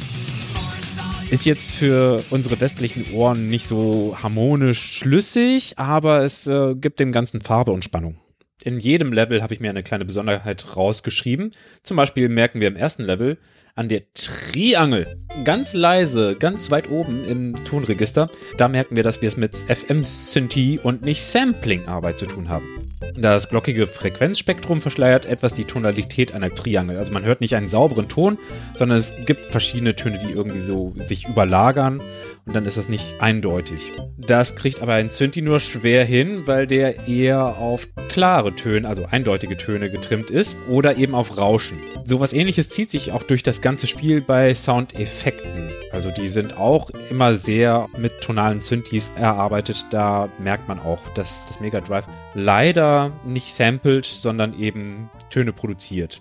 Ist jetzt für unsere westlichen Ohren nicht so harmonisch schlüssig, aber es gibt dem Ganzen Farbe und Spannung. In jedem Level habe ich mir eine kleine Besonderheit rausgeschrieben. Zum Beispiel merken wir im ersten Level an der Triangel, ganz leise, ganz weit oben im Tonregister, da merken wir, dass wir es mit FM-Synthie und nicht Sampling-Arbeit zu tun haben. Das glockige Frequenzspektrum verschleiert etwas die Tonalität einer Triangel. Also man hört nicht einen sauberen Ton, sondern es gibt verschiedene Töne, die irgendwie so sich überlagern und dann ist das nicht eindeutig. Das kriegt aber ein Synthi nur schwer hin, weil der eher auf klare Töne, also eindeutige Töne getrimmt ist oder eben auf Rauschen. Sowas Ähnliches zieht sich auch durch das ganze Spiel bei Soundeffekten. Also die sind auch immer sehr mit tonalen Synthis erarbeitet. Da merkt man auch, dass das Mega Drive leider nicht samplet, sondern eben Töne produziert.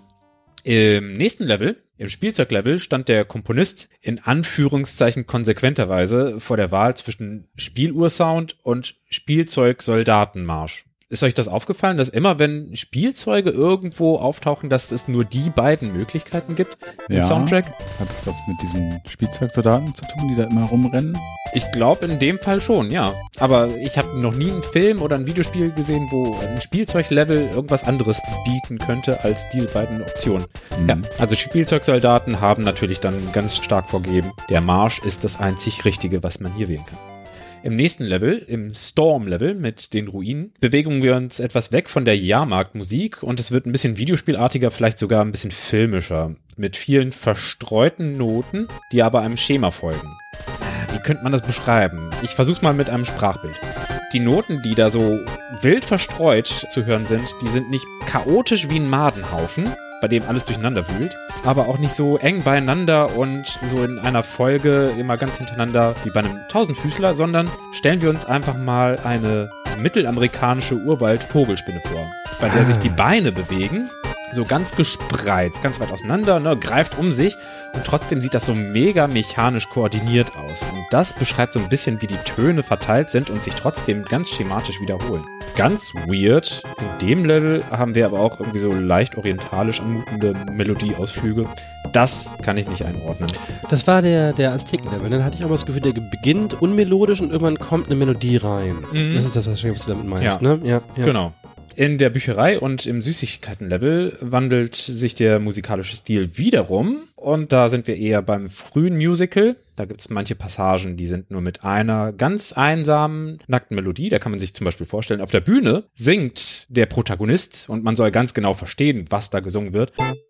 Im nächsten Level, im Spielzeuglevel, stand der Komponist in Anführungszeichen konsequenterweise vor der Wahl zwischen Spieluhrsound und Spielzeug-Soldatenmarsch. Ist euch das aufgefallen, dass immer, wenn Spielzeuge irgendwo auftauchen, dass es nur die beiden Möglichkeiten gibt im Soundtrack? Hat das was mit diesen Spielzeugsoldaten zu tun, die da immer rumrennen? Ich glaube in dem Fall schon, ja. Aber ich habe noch nie einen Film oder ein Videospiel gesehen, wo ein Spielzeuglevel irgendwas anderes bieten könnte als diese beiden Optionen. Mhm. Ja, also Spielzeugsoldaten haben natürlich dann ganz stark vorgegeben, der Marsch ist das einzig Richtige, was man hier wählen kann. Im nächsten Level, im Storm-Level mit den Ruinen, bewegen wir uns etwas weg von der Jahrmarktmusik und es wird ein bisschen videospielartiger, vielleicht sogar ein bisschen filmischer, mit vielen verstreuten Noten, die aber einem Schema folgen. Wie könnte man das beschreiben? Ich versuch's mal mit einem Sprachbild. Die Noten, die da so wild verstreut zu hören sind, die sind nicht chaotisch wie ein Madenhaufen, bei dem alles durcheinander wühlt, aber auch nicht so eng beieinander und so in einer Folge immer ganz hintereinander wie bei einem Tausendfüßler, sondern stellen wir uns einfach mal eine mittelamerikanische Urwald-Vogelspinne vor, bei der sich die Beine bewegen, so ganz gespreizt, ganz weit auseinander, ne, greift um sich und trotzdem sieht das so mega mechanisch koordiniert aus. Und das beschreibt so ein bisschen, wie die Töne verteilt sind und sich trotzdem ganz schematisch wiederholen. Ganz weird. In dem Level haben wir aber auch irgendwie so leicht orientalisch anmutende Melodieausflüge. Das kann ich nicht einordnen. Das war der Azteken-Level. Dann hatte ich auch mal das Gefühl, der beginnt unmelodisch und irgendwann kommt eine Melodie rein. Mhm. Das ist das, was du damit meinst, ja. Ne? Ja. Genau. In der Bücherei und im Süßigkeiten-Level wandelt sich der musikalische Stil wiederum und da sind wir eher beim frühen Musical. Da gibt es manche Passagen, die sind nur mit einer ganz einsamen, nackten Melodie. Da kann man sich zum Beispiel vorstellen, auf der Bühne singt der Protagonist und man soll ganz genau verstehen, was da gesungen wird.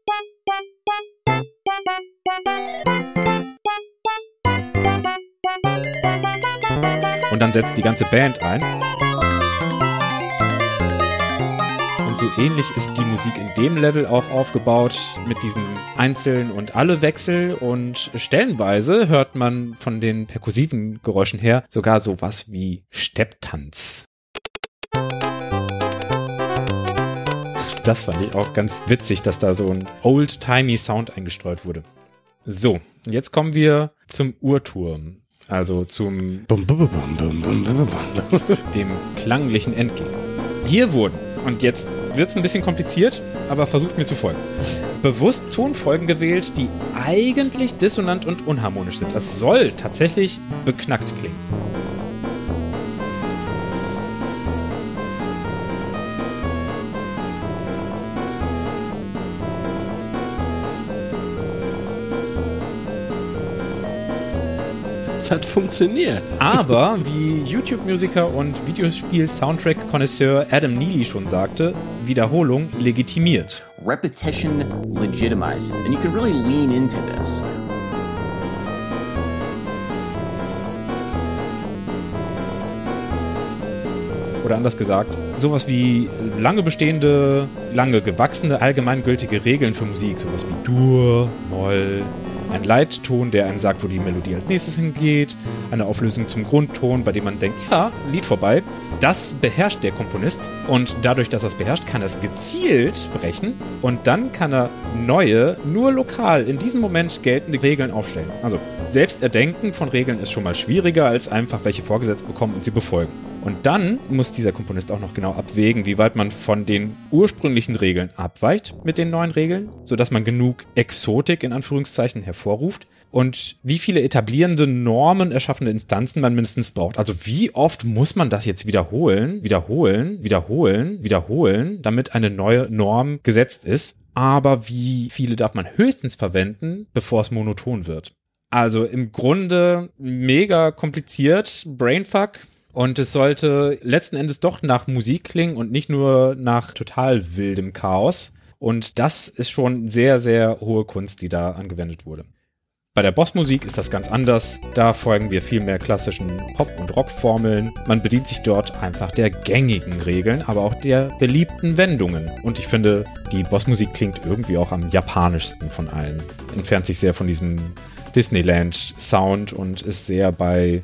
Und dann setzt die ganze Band ein. So ähnlich ist die Musik in dem Level auch aufgebaut mit diesem Einzeln und alle Wechsel und stellenweise hört man von den perkussiven Geräuschen her sogar sowas wie Stepptanz. Das fand ich auch ganz witzig, dass da so ein old-timey Sound eingestreut wurde. So, jetzt kommen wir zum Uhrturm. Also zum dem klanglichen Endgegner. Hier wurden, und jetzt wird es ein bisschen kompliziert, aber versucht mir zu folgen, bewusst Tonfolgen gewählt, die eigentlich dissonant und unharmonisch sind. Das soll tatsächlich beknackt klingen. Es hat funktioniert. Aber, wie YouTube-Musiker und Videospiel-Soundtrack-Konnoisseur Adam Neely schon sagte, Wiederholung legitimiert. Repetition legitimizes it. And you can really lean into this. Oder anders gesagt, sowas wie lange bestehende, lange gewachsene, allgemeingültige Regeln für Musik, sowas wie Dur, Moll, ein Leitton, der einem sagt, wo die Melodie als nächstes hingeht, eine Auflösung zum Grundton, bei dem man denkt, ja, Lied vorbei. Das beherrscht der Komponist und dadurch, dass er es beherrscht, kann er es gezielt brechen und dann kann er neue, nur lokal in diesem Moment geltende Regeln aufstellen. Also selbst Erdenken von Regeln ist schon mal schwieriger, als einfach welche vorgesetzt bekommen und sie befolgen. Und dann muss dieser Komponist auch noch genau abwägen, wie weit man von den ursprünglichen Regeln abweicht mit den neuen Regeln, sodass man genug Exotik in Anführungszeichen hervorruft und wie viele etablierende Normen erschaffende Instanzen man mindestens braucht. Also wie oft muss man das jetzt wiederholen, damit eine neue Norm gesetzt ist. Aber wie viele darf man höchstens verwenden, bevor es monoton wird? Also im Grunde mega kompliziert, Brainfuck. Und es sollte letzten Endes doch nach Musik klingen und nicht nur nach total wildem Chaos. Und das ist schon sehr, sehr hohe Kunst, die da angewendet wurde. Bei der Bossmusik ist das ganz anders. Da folgen wir viel mehr klassischen Pop- und Rockformeln. Man bedient sich dort einfach der gängigen Regeln, aber auch der beliebten Wendungen. Und ich finde, die Bossmusik klingt irgendwie auch am japanischsten von allen. Entfernt sich sehr von diesem Disneyland-Sound und ist sehr bei,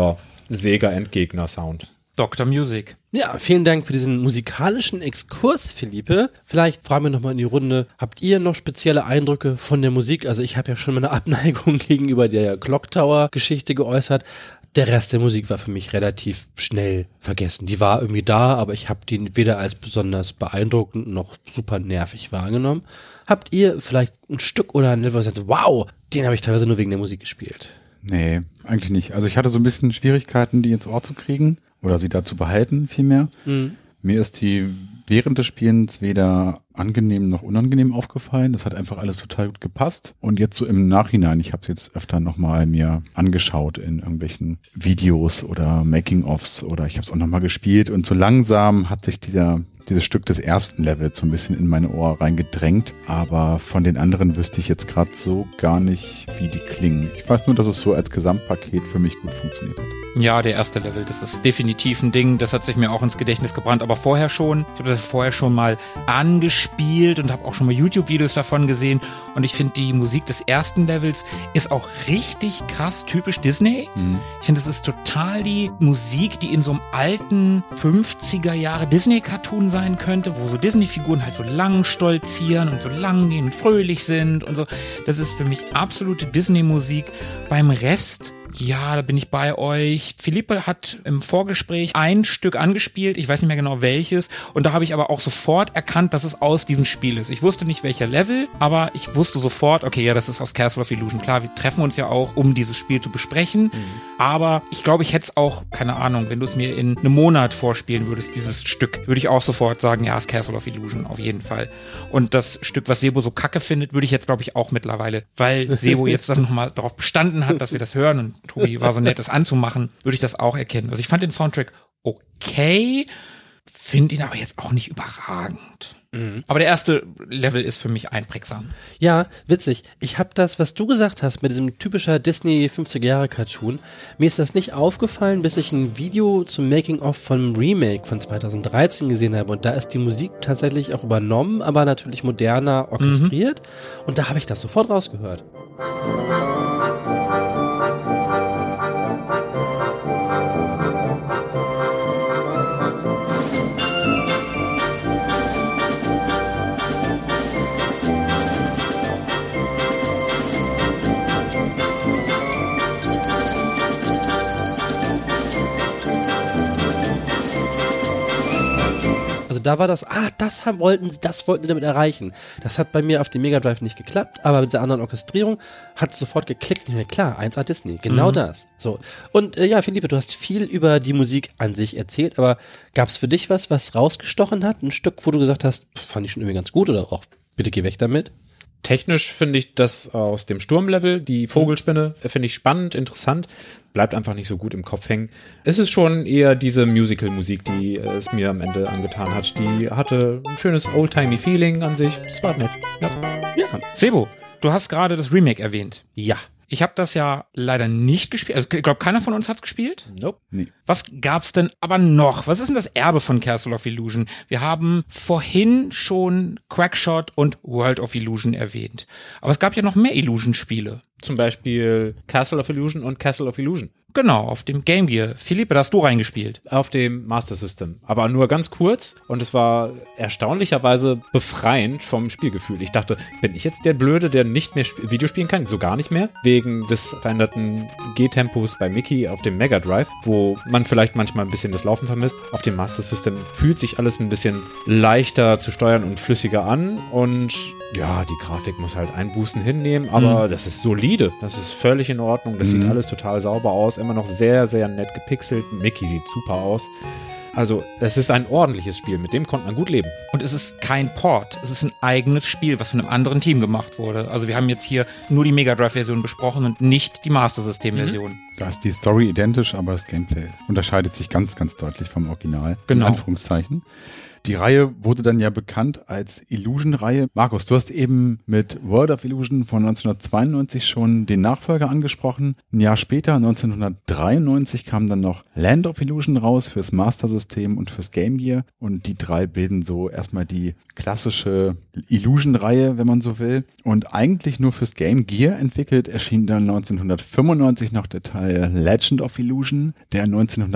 Sega-Endgegner-Sound. Dr. Music. Ja, vielen Dank für diesen musikalischen Exkurs, Philippe. Vielleicht fragen wir nochmal in die Runde, habt ihr noch spezielle Eindrücke von der Musik? Also ich habe ja schon meine Abneigung gegenüber der Clock Tower-Geschichte geäußert. Der Rest der Musik war für mich relativ schnell vergessen. Die war irgendwie da, aber ich habe die weder als besonders beeindruckend noch super nervig wahrgenommen. Habt ihr vielleicht ein Stück oder ein Level, was ihr sagt, wow, den habe ich teilweise nur wegen der Musik gespielt? Nee, eigentlich nicht. Also ich hatte so ein bisschen Schwierigkeiten, die ins Ohr zu kriegen oder sie da zu behalten vielmehr. Mir ist die während des Spielens weder angenehm noch unangenehm aufgefallen. Das hat einfach alles total gut gepasst. Und jetzt so im Nachhinein, ich habe es jetzt öfter nochmal mir angeschaut in irgendwelchen Videos oder Making-ofs oder ich habe es auch nochmal gespielt und so langsam hat sich dieses Stück des ersten Levels so ein bisschen in meine Ohr reingedrängt. Aber von den anderen wüsste ich jetzt gerade so gar nicht, wie die klingen. Ich weiß nur, dass es so als Gesamtpaket für mich gut funktioniert hat. Ja, der erste Level, das ist definitiv ein Ding, das hat sich mir auch ins Gedächtnis gebrannt, aber vorher schon, ich habe das vorher schon mal angespielt und habe auch schon mal YouTube-Videos davon gesehen und ich finde, die Musik des ersten Levels ist auch richtig krass typisch Disney. Ich finde, es ist total die Musik, die in so einem alten 50er Jahre Disney-Cartoon sein könnte, wo so Disney-Figuren halt so lang stolzieren und so lang gehen und fröhlich sind und so. Das ist für mich absolute Disney-Musik. Beim Rest, ja, da bin ich bei euch. Philippe hat im Vorgespräch ein Stück angespielt, ich weiß nicht mehr genau welches, und da habe ich aber auch sofort erkannt, dass es aus diesem Spiel ist. Ich wusste nicht, welcher Level, aber ich wusste sofort, okay, ja, das ist aus Castle of Illusion. Klar, wir treffen uns ja auch, um dieses Spiel zu besprechen, aber ich glaube, ich hätte es auch, keine Ahnung, wenn du es mir in einem Monat vorspielen würdest, dieses Stück, würde ich auch sofort sagen, ja, ist Castle of Illusion, auf jeden Fall. Und das Stück, was Sebo so kacke findet, würde ich jetzt, glaube ich, auch mittlerweile, weil Sebo jetzt das nochmal darauf bestanden hat, dass wir das hören und Tobi war so nett, das anzumachen, würde ich das auch erkennen. Also ich fand den Soundtrack okay, finde ihn aber jetzt auch nicht überragend. Aber der erste Level ist für mich einprägsam. Ja, witzig. Ich habe das, was du gesagt hast, mit diesem typischer Disney 50er-Jahre-Cartoon, mir ist das nicht aufgefallen, bis ich ein Video zum Making-of von Remake von 2013 gesehen habe. Und da ist die Musik tatsächlich auch übernommen, aber natürlich moderner orchestriert. Und da habe ich das sofort rausgehört. da war das wollten sie damit erreichen. Das hat bei mir auf dem Mega Drive nicht geklappt, aber mit der anderen Orchestrierung hat es sofort geklickt. Ja, klar, 1A Disney, genau das. So. Und ja, Philippe, du hast viel über die Musik an sich erzählt, aber gab es für dich was rausgestochen hat? Ein Stück, wo du gesagt hast, fand ich schon irgendwie ganz gut oder auch bitte geh weg damit? Technisch finde ich das aus dem Sturmlevel, die Vogelspinne, finde ich spannend, interessant, bleibt einfach nicht so gut im Kopf hängen. Es ist schon eher diese Musical-Musik, die es mir am Ende angetan hat. Die hatte ein schönes oldtimey Feeling an sich. Das war nett. Ja. Sebo, du hast gerade das Remake erwähnt. Ja. Ich habe das ja leider nicht gespielt. Also ich glaube, keiner von uns hat's gespielt. Nope. Nee. Was gab's denn aber noch? Was ist denn das Erbe von Castle of Illusion? Wir haben vorhin schon Quackshot und World of Illusion erwähnt. Aber es gab ja noch mehr Illusion-Spiele. Zum Beispiel Castle of Illusion und Castle of Illusion. Genau, auf dem Game Gear. Philippe, da hast du reingespielt. Auf dem Master System. Aber nur ganz kurz. Und es war erstaunlicherweise befreiend vom Spielgefühl. Ich dachte, bin ich jetzt der Blöde, der nicht mehr Video spielen kann? So gar nicht mehr. Wegen des veränderten G-Tempos bei Mickey auf dem Mega Drive, wo man vielleicht manchmal ein bisschen das Laufen vermisst. Auf dem Master System fühlt sich alles ein bisschen leichter zu steuern und flüssiger an. Und ja, die Grafik muss halt Einbußen hinnehmen. Aber das ist solide. Das ist völlig in Ordnung. Das sieht alles total sauber aus. Immer noch sehr, sehr nett gepixelt. Mickey sieht super aus. Also, es ist ein ordentliches Spiel. Mit dem konnte man gut leben. Und es ist kein Port. Es ist ein eigenes Spiel, was von einem anderen Team gemacht wurde. Also wir haben jetzt hier nur die Mega Drive-Version besprochen und nicht die Master System-Version. Da ist die Story identisch, aber das Gameplay unterscheidet sich ganz, ganz deutlich vom Original. Genau. In Anführungszeichen. Die Reihe wurde dann ja bekannt als Illusion-Reihe. Markus, du hast eben mit World of Illusion von 1992 schon den Nachfolger angesprochen. Ein Jahr später, 1993, kam dann noch Land of Illusion raus fürs Master-System und fürs Game Gear. Und die drei bilden so erstmal die klassische Illusion-Reihe, wenn man so will. Und eigentlich nur fürs Game Gear entwickelt erschien dann 1995 noch der Teil Legend of Illusion, der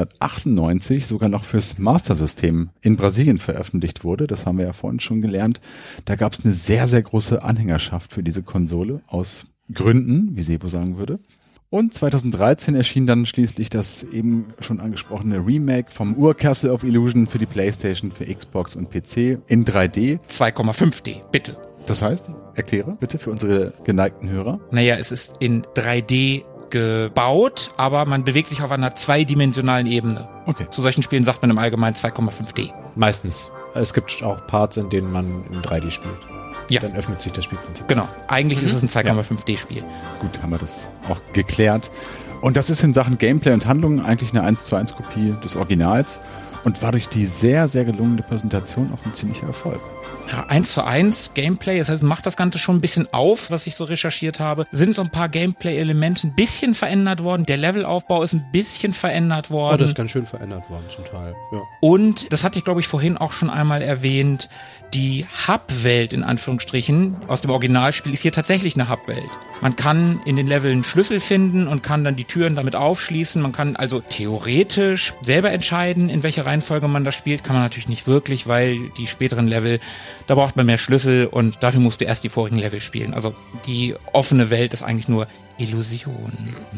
1998 sogar noch fürs Master-System in Brasilien veröffentlicht wurde. Das haben wir ja vorhin schon gelernt. Da gab es eine sehr, sehr große Anhängerschaft für diese Konsole aus Gründen, wie Sebo sagen würde. Und 2013 erschien dann schließlich das eben schon angesprochene Remake vom Ur-Castle of Illusion für die PlayStation, für Xbox und PC in 3D. 2,5D, bitte. Das heißt, erkläre bitte für unsere geneigten Hörer. Naja, es ist in 3D gebaut, aber man bewegt sich auf einer zweidimensionalen Ebene. Okay. Zu solchen Spielen sagt man im Allgemeinen 2,5D. Meistens. Es gibt auch Parts, in denen man in 3D spielt. Ja. Dann öffnet sich das Spielprinzip. Genau. Eigentlich ist es ein 2,5D-Spiel. Gut, haben wir das auch geklärt. Und das ist in Sachen Gameplay und Handlung eigentlich eine 1:1 Kopie des Originals und war durch die sehr, sehr gelungene Präsentation auch ein ziemlicher Erfolg. Ja, 1:1 Gameplay, das heißt, macht das Ganze schon ein bisschen auf, was ich so recherchiert habe. Sind so ein paar Gameplay-Elemente ein bisschen verändert worden. Der Levelaufbau ist ein bisschen verändert worden. Oh, das ist ganz schön verändert worden zum Teil. Ja. Und, das hatte ich glaube ich vorhin auch schon einmal erwähnt, die Hub-Welt in Anführungsstrichen aus dem Originalspiel ist hier tatsächlich eine Hub-Welt. Man kann in den Leveln Schlüssel finden und kann dann die Türen damit aufschließen. Man kann also theoretisch selber entscheiden, in welcher Reihenfolge man das spielt. Kann man natürlich nicht wirklich, weil die späteren Level, da braucht man mehr Schlüssel und dafür musst du erst die vorigen Level spielen. Also die offene Welt ist eigentlich nur Illusion.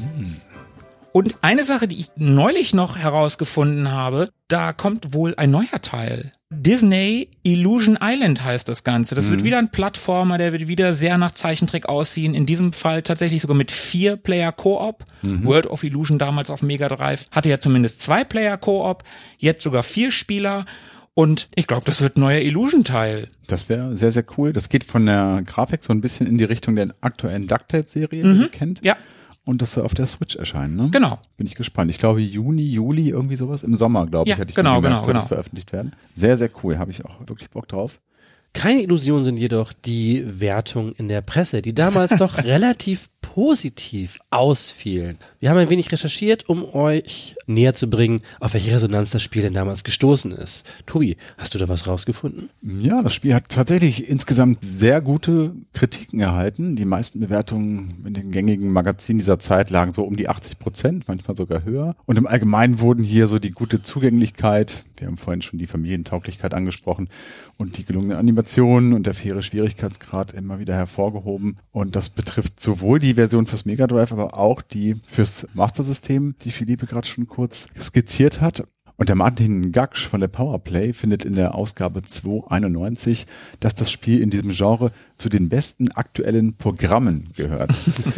Und eine Sache, die ich neulich noch herausgefunden habe, da kommt wohl ein neuer Teil. Disney Illusion Island heißt das Ganze. Das wird wieder ein Plattformer, der wird wieder sehr nach Zeichentrick aussehen. In diesem Fall tatsächlich sogar mit 4-Player-Koop. World of Illusion damals auf Mega Drive hatte ja zumindest 2-Player-Koop, jetzt sogar 4 Spieler. Und ich glaube, das wird ein neuer Illusion-Teil. Das wäre sehr, sehr cool. Das geht von der Grafik so ein bisschen in die Richtung der aktuellen DuckTales-Serie, die ihr kennt. Ja. Und das soll auf der Switch erscheinen, ne? Genau. Bin ich gespannt. Ich glaube Juni, Juli, irgendwie sowas. Im Sommer, glaube ich, Ja, hätte ich genau, gemerkt, soll genau. das veröffentlicht werden. Sehr, sehr cool. Habe ich auch wirklich Bock drauf. Keine Illusion sind jedoch die Wertungen in der Presse, die damals doch relativ positiv ausfielen. Wir haben ein wenig recherchiert, um euch näher zu bringen, auf welche Resonanz das Spiel denn damals gestoßen ist. Tobi, hast du da was rausgefunden? Ja, das Spiel hat tatsächlich insgesamt sehr gute Kritiken erhalten. Die meisten Bewertungen in den gängigen Magazinen dieser Zeit lagen so um die 80%, manchmal sogar höher. Und im Allgemeinen wurden hier so die gute Zugänglichkeit, wir haben vorhin schon die Familientauglichkeit angesprochen, und die gelungene Animation und der faire Schwierigkeitsgrad immer wieder hervorgehoben. Und das betrifft sowohl die Version fürs Mega Drive, aber auch die fürs Master System, die Philippe gerade schon kurz skizziert hat. Und der Martin Gaksch von der Powerplay findet in der Ausgabe 291, dass das Spiel in diesem Genre zu den besten aktuellen Programmen gehört.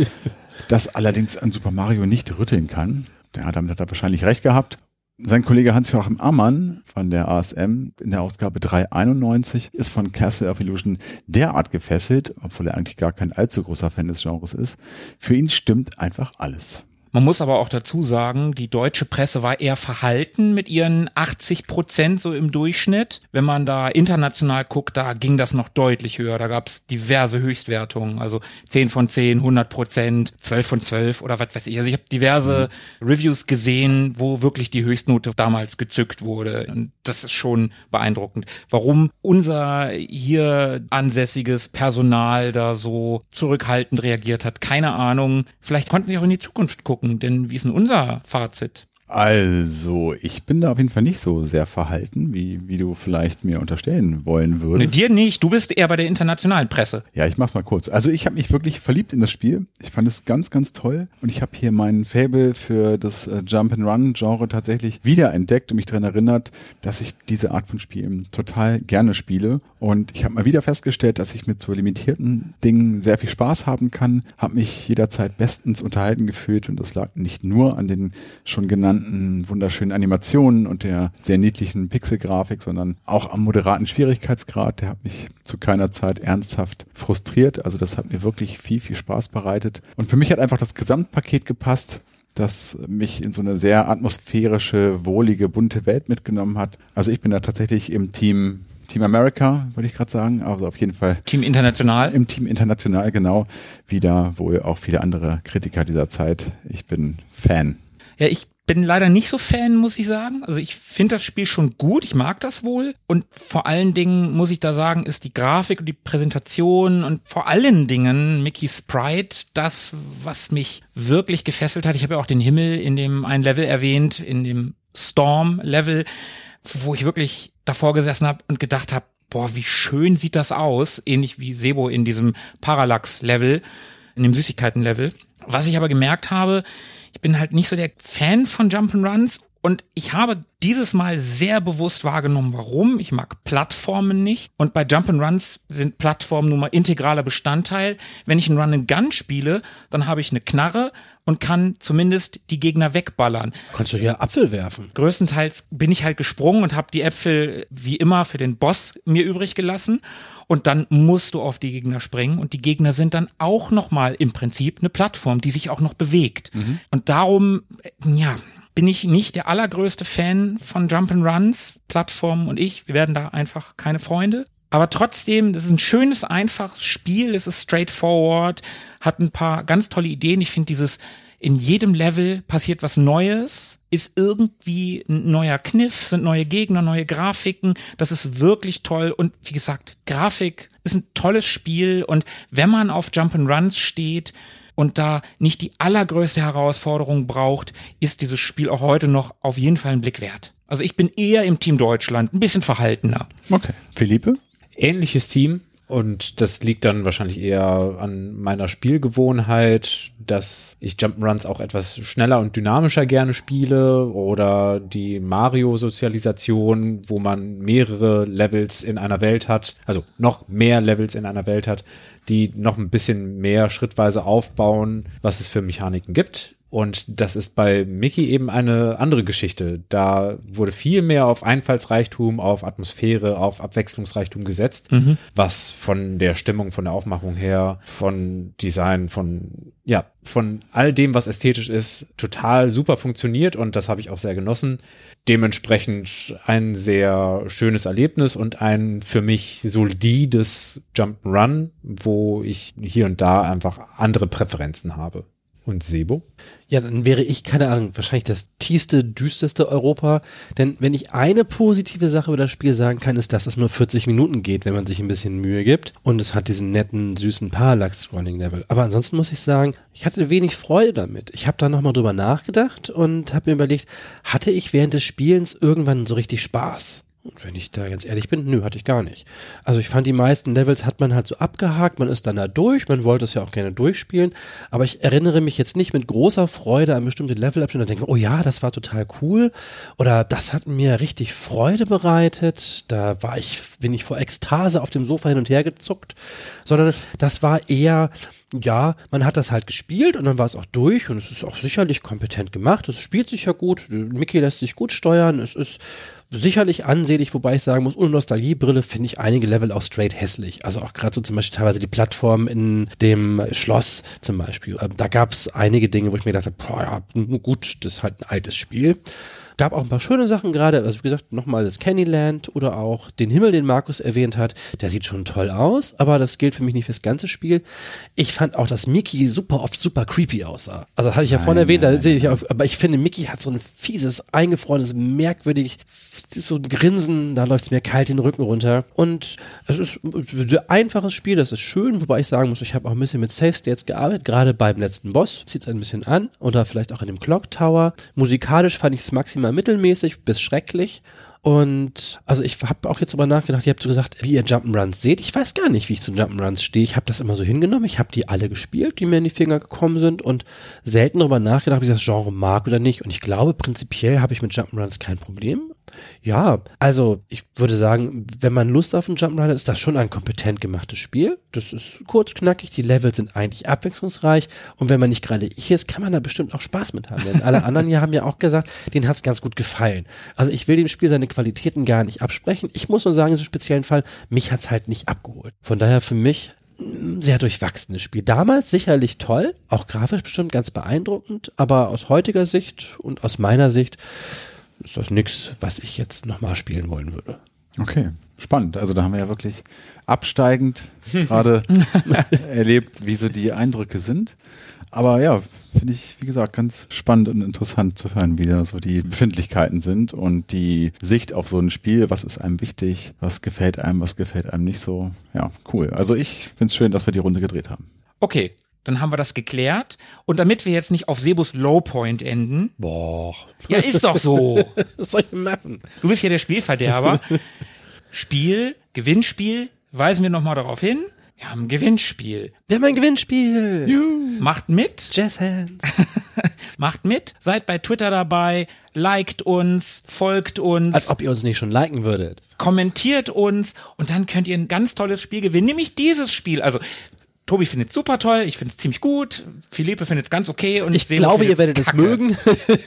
Das allerdings an Super Mario nicht rütteln kann. Ja, damit hat er wahrscheinlich recht gehabt. Sein Kollege Hans-Joachim Ammann von der ASM in der Ausgabe 391 ist von Castle of Illusion derart gefesselt, obwohl er eigentlich gar kein allzu großer Fan des Genres ist. Für ihn stimmt einfach alles. Man muss aber auch dazu sagen, die deutsche Presse war eher verhalten mit ihren 80% so im Durchschnitt. Wenn man da international guckt, da ging das noch deutlich höher. Da gab es diverse Höchstwertungen, also 10 von 10, 100%, 12 von 12 oder was weiß ich. Also ich habe diverse Reviews gesehen, wo wirklich die Höchstnote damals gezückt wurde. Und das ist schon beeindruckend. Warum unser hier ansässiges Personal da so zurückhaltend reagiert hat, keine Ahnung. Vielleicht konnten wir auch in die Zukunft gucken. Denn wie ist denn unser Fazit? Also, ich bin da auf jeden Fall nicht so sehr verhalten, wie du vielleicht mir unterstellen wollen würdest. Ne, dir nicht, du bist eher bei der internationalen Presse. Ja, ich mach's mal kurz. Also ich habe mich wirklich verliebt in das Spiel. Ich fand es ganz, ganz toll. Und ich habe hier meinen Faible für das Jump-and-Run-Genre tatsächlich wiederentdeckt und mich daran erinnert, dass ich diese Art von Spielen total gerne spiele. Und ich habe mal wieder festgestellt, dass ich mit so limitierten Dingen sehr viel Spaß haben kann. Habe mich jederzeit bestens unterhalten gefühlt. Und das lag nicht nur an den schon genannten wunderschönen Animationen und der sehr niedlichen Pixelgrafik, sondern auch am moderaten Schwierigkeitsgrad. Der hat mich zu keiner Zeit ernsthaft frustriert. Also das hat mir wirklich viel, viel Spaß bereitet. Und für mich hat einfach das Gesamtpaket gepasst, das mich in so eine sehr atmosphärische, wohlige, bunte Welt mitgenommen hat. Also ich bin da tatsächlich im Team America, würde ich gerade sagen, also auf jeden Fall. Team International? Im Team International, genau. Wie da wohl auch viele andere Kritiker dieser Zeit. Ich bin Fan. Ja, ich bin leider nicht so Fan, muss ich sagen. Also ich finde das Spiel schon gut, ich mag das wohl. Und vor allen Dingen, muss ich da sagen, ist die Grafik und die Präsentation und vor allen Dingen Mickey Sprite das, was mich wirklich gefesselt hat. Ich habe ja auch den Himmel in dem einen Level erwähnt, in dem Storm-Level, wo ich wirklich davor gesessen habe und gedacht habe, boah, wie schön sieht das aus. Ähnlich wie Sebo in diesem Parallax-Level, in dem Süßigkeiten-Level. Was ich aber gemerkt habe, ich bin halt nicht so der Fan von Jump'n'Runs und ich habe dieses Mal sehr bewusst wahrgenommen, warum. Ich mag Plattformen nicht und bei Jump'n'Runs sind Plattformen nun mal integraler Bestandteil. Wenn ich einen Run-and-Gun spiele, dann habe ich eine Knarre und kann zumindest die Gegner wegballern. Kannst du hier Apfel werfen? Größtenteils bin ich halt gesprungen und habe die Äpfel wie immer für den Boss mir übrig gelassen. Und dann musst du auf die Gegner springen und die Gegner sind dann auch nochmal im Prinzip eine Plattform, die sich auch noch bewegt. Und darum, ja, bin ich nicht der allergrößte Fan von Jump'n'Runs, Plattformen und ich. Wir werden da einfach keine Freunde. Aber trotzdem, das ist ein schönes, einfaches Spiel. Es ist straightforward, hat ein paar ganz tolle Ideen. Ich finde dieses in jedem Level passiert was Neues, ist irgendwie ein neuer Kniff, sind neue Gegner, neue Grafiken. Das ist wirklich toll. Und wie gesagt, Grafik ist ein tolles Spiel. Und wenn man auf Jump'n'Runs steht und da nicht die allergrößte Herausforderung braucht, ist dieses Spiel auch heute noch auf jeden Fall einen Blick wert. Also ich bin eher im Team Deutschland, ein bisschen verhaltener. Okay. Philippe? Ähnliches Team. Und das liegt dann wahrscheinlich eher an meiner Spielgewohnheit, dass ich Jump'n'Runs auch etwas schneller und dynamischer gerne spiele oder die Mario-Sozialisation, wo man mehrere Levels in einer Welt hat, also noch mehr Levels in einer Welt hat, die noch ein bisschen mehr schrittweise aufbauen, was es für Mechaniken gibt. Und das ist bei Mickey eben eine andere Geschichte. Da wurde viel mehr auf Einfallsreichtum, auf Atmosphäre, auf Abwechslungsreichtum gesetzt, was von der Stimmung, von der Aufmachung her, von Design, von all dem, was ästhetisch ist, total super funktioniert und das habe ich auch sehr genossen. Dementsprechend ein sehr schönes Erlebnis und ein für mich solides Jump'n'Run, wo ich hier und da einfach andere Präferenzen habe. Und Sebo? Ja, dann wäre ich, keine Ahnung, wahrscheinlich das tiefste, düsterste Europa. Denn wenn ich eine positive Sache über das Spiel sagen kann, ist, dass es nur 40 Minuten geht, wenn man sich ein bisschen Mühe gibt. Und es hat diesen netten, süßen Parallax-Scrolling-Level. Aber ansonsten muss ich sagen, ich hatte wenig Freude damit. Ich habe da nochmal drüber nachgedacht und habe mir überlegt, hatte ich während des Spielens irgendwann so richtig Spaß? Und wenn ich da ganz ehrlich bin, nö, hatte ich gar nicht. Also ich fand, die meisten Levels hat man halt so abgehakt, man ist dann da durch, man wollte es ja auch gerne durchspielen, aber ich erinnere mich jetzt nicht mit großer Freude an bestimmte Levelabschnitte und denke, oh ja, das war total cool oder das hat mir richtig Freude bereitet, bin ich vor Ekstase auf dem Sofa hin und her gezuckt, sondern das war eher, ja, man hat das halt gespielt und dann war es auch durch und es ist auch sicherlich kompetent gemacht, es spielt sich ja gut, Mickey lässt sich gut steuern, es ist sicherlich ansehlich, wobei ich sagen muss, ohne Nostalgiebrille finde ich einige Level auch straight hässlich. Also auch gerade so zum Beispiel teilweise die Plattform in dem Schloss zum Beispiel. Da gab es einige Dinge, wo ich mir gedacht habe, boah, ja, gut, das ist halt ein altes Spiel. Gab auch ein paar schöne Sachen gerade, also wie gesagt, nochmal das Candyland oder auch den Himmel, den Markus erwähnt hat, der sieht schon toll aus, aber das gilt für mich nicht fürs ganze Spiel. Ich fand auch, dass Mickey super oft super creepy aussah. Also das hatte ich ja vorhin erwähnt, da sehe ich auch, aber ich finde, Mickey hat so ein fieses, eingefrorenes, merkwürdig, so ein Grinsen, da läuft es mir kalt den Rücken runter. Und es ist ein einfaches Spiel, das ist schön, wobei ich sagen muss, ich habe auch ein bisschen mit Save States gearbeitet, gerade beim letzten Boss, zieht es ein bisschen an oder vielleicht auch in dem Clock Tower. Musikalisch fand ich es maximal mittelmäßig bis schrecklich. Und also ich habe auch jetzt drüber nachgedacht, ihr habt so gesagt, wie ihr Jump'n'Runs seht. Ich weiß gar nicht, wie ich zu Jump'n'Runs stehe. Ich habe das immer so hingenommen. Ich habe die alle gespielt, die mir in die Finger gekommen sind und selten darüber nachgedacht, ob ich das Genre mag oder nicht. Und ich glaube, prinzipiell habe ich mit Jump'n'Runs kein Problem. Ja, also ich würde sagen, wenn man Lust auf einen Jump'n'Run hat, ist das schon ein kompetent gemachtes Spiel. Das ist kurz, knackig, die Level sind eigentlich abwechslungsreich und wenn man nicht gerade ich ist, kann man da bestimmt auch Spaß mit haben. Denn alle anderen hier haben ja auch gesagt, denen hat's ganz gut gefallen. Also ich will dem Spiel seine Qualitäten gar nicht absprechen. Ich muss nur sagen, in diesem speziellen Fall, mich hat's halt nicht abgeholt. Von daher für mich ein sehr durchwachsenes Spiel. Damals sicherlich toll, auch grafisch bestimmt ganz beeindruckend, aber aus heutiger Sicht und aus meiner Sicht ist das nichts, was ich jetzt nochmal spielen wollen würde. Okay, spannend. Also da haben wir ja wirklich absteigend gerade erlebt, wie so die Eindrücke sind. Aber ja, finde ich, wie gesagt, ganz spannend und interessant zu hören, wie da so die Befindlichkeiten sind und die Sicht auf so ein Spiel. Was ist einem wichtig? Was gefällt einem nicht so? Ja, cool. Also ich finde es schön, dass wir die Runde gedreht haben. Okay. Dann haben wir das geklärt. Und damit wir jetzt nicht auf Sebos Lowpoint enden. Boah. Ja, ist doch so. Was soll ich denn machen? Du bist ja der Spielverderber. Gewinnspiel, weisen wir nochmal darauf hin. Wir haben ein Gewinnspiel. Wir haben ein Gewinnspiel. Juhu. Macht mit. Jazz Hands. Macht mit. Seid bei Twitter dabei. Liked uns. Folgt uns. Als ob ihr uns nicht schon liken würdet. Kommentiert uns. Und dann könnt ihr ein ganz tolles Spiel gewinnen. Nämlich dieses Spiel. Also, Tobi findet es super toll, ich finde es ziemlich gut, Philippe findet es ganz okay und ich glaube, ihr werdet es mögen.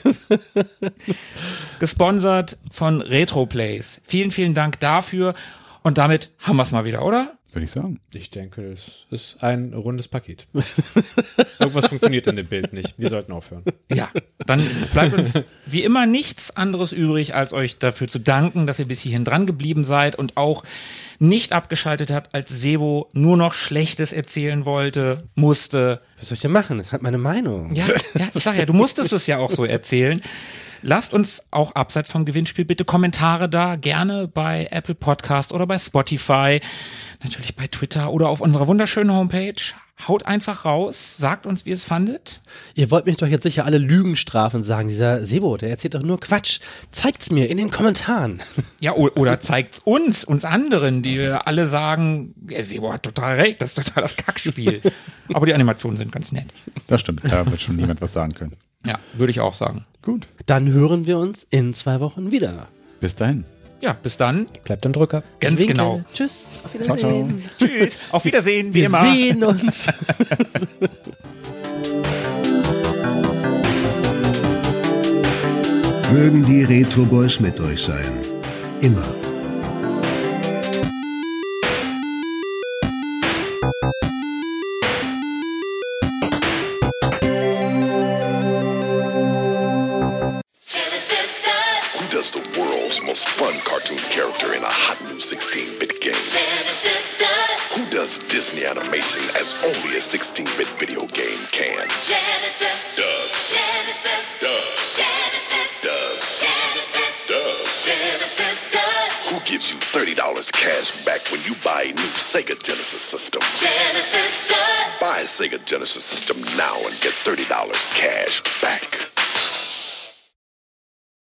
Gesponsert von Retroplays. Vielen, vielen Dank dafür und damit haben wir es mal wieder, oder? Würde ich sagen. Ich denke, es ist ein rundes Paket. Irgendwas funktioniert in dem Bild nicht. Wir sollten aufhören. Ja, dann bleibt uns wie immer nichts anderes übrig, als euch dafür zu danken, dass ihr bis hierhin dran geblieben seid und auch nicht abgeschaltet hat, als Sebo nur noch Schlechtes erzählen musste. Was soll ich denn machen? Das ist halt meine Meinung. Ja, ich sag ja, du musstest es ja auch so erzählen. Lasst uns auch abseits vom Gewinnspiel bitte Kommentare da, gerne bei Apple Podcast oder bei Spotify, natürlich bei Twitter oder auf unserer wunderschönen Homepage. Haut einfach raus, sagt uns, wie ihr es fandet. Ihr wollt mich doch jetzt sicher alle Lügen strafen und sagen, dieser Sebo, der erzählt doch nur Quatsch. Zeigt's mir in den Kommentaren. Ja, oder zeigt's uns anderen, die alle sagen, Sebo hat total recht, das ist total das Kackspiel. Aber die Animationen sind ganz nett. Das stimmt, da wird schon niemand was sagen können. Ja, würde ich auch sagen. Gut. Dann hören wir uns in 2 Wochen wieder. Bis dahin. Ja, bis dann. Bleibt ein Drücker. Ganz Winke. genau. Tschüss. Auf Ciao, ciao. Tschüss. Auf Wiedersehen, wie Wir immer. sehen uns. Mögen die Retro Boys mit euch sein. Immer. Who does the world's most fun cartoon character in a hot new 16-bit game? Genesis does. Who does Disney animation as only a 16-bit video game can? Genesis Does. Genesis Does. Genesis Does. Genesis Does. Genesis does. Who gives you $30 cash back when you buy a new Sega Genesis system? Genesis does. Buy a Sega Genesis system now and get $30 cash back.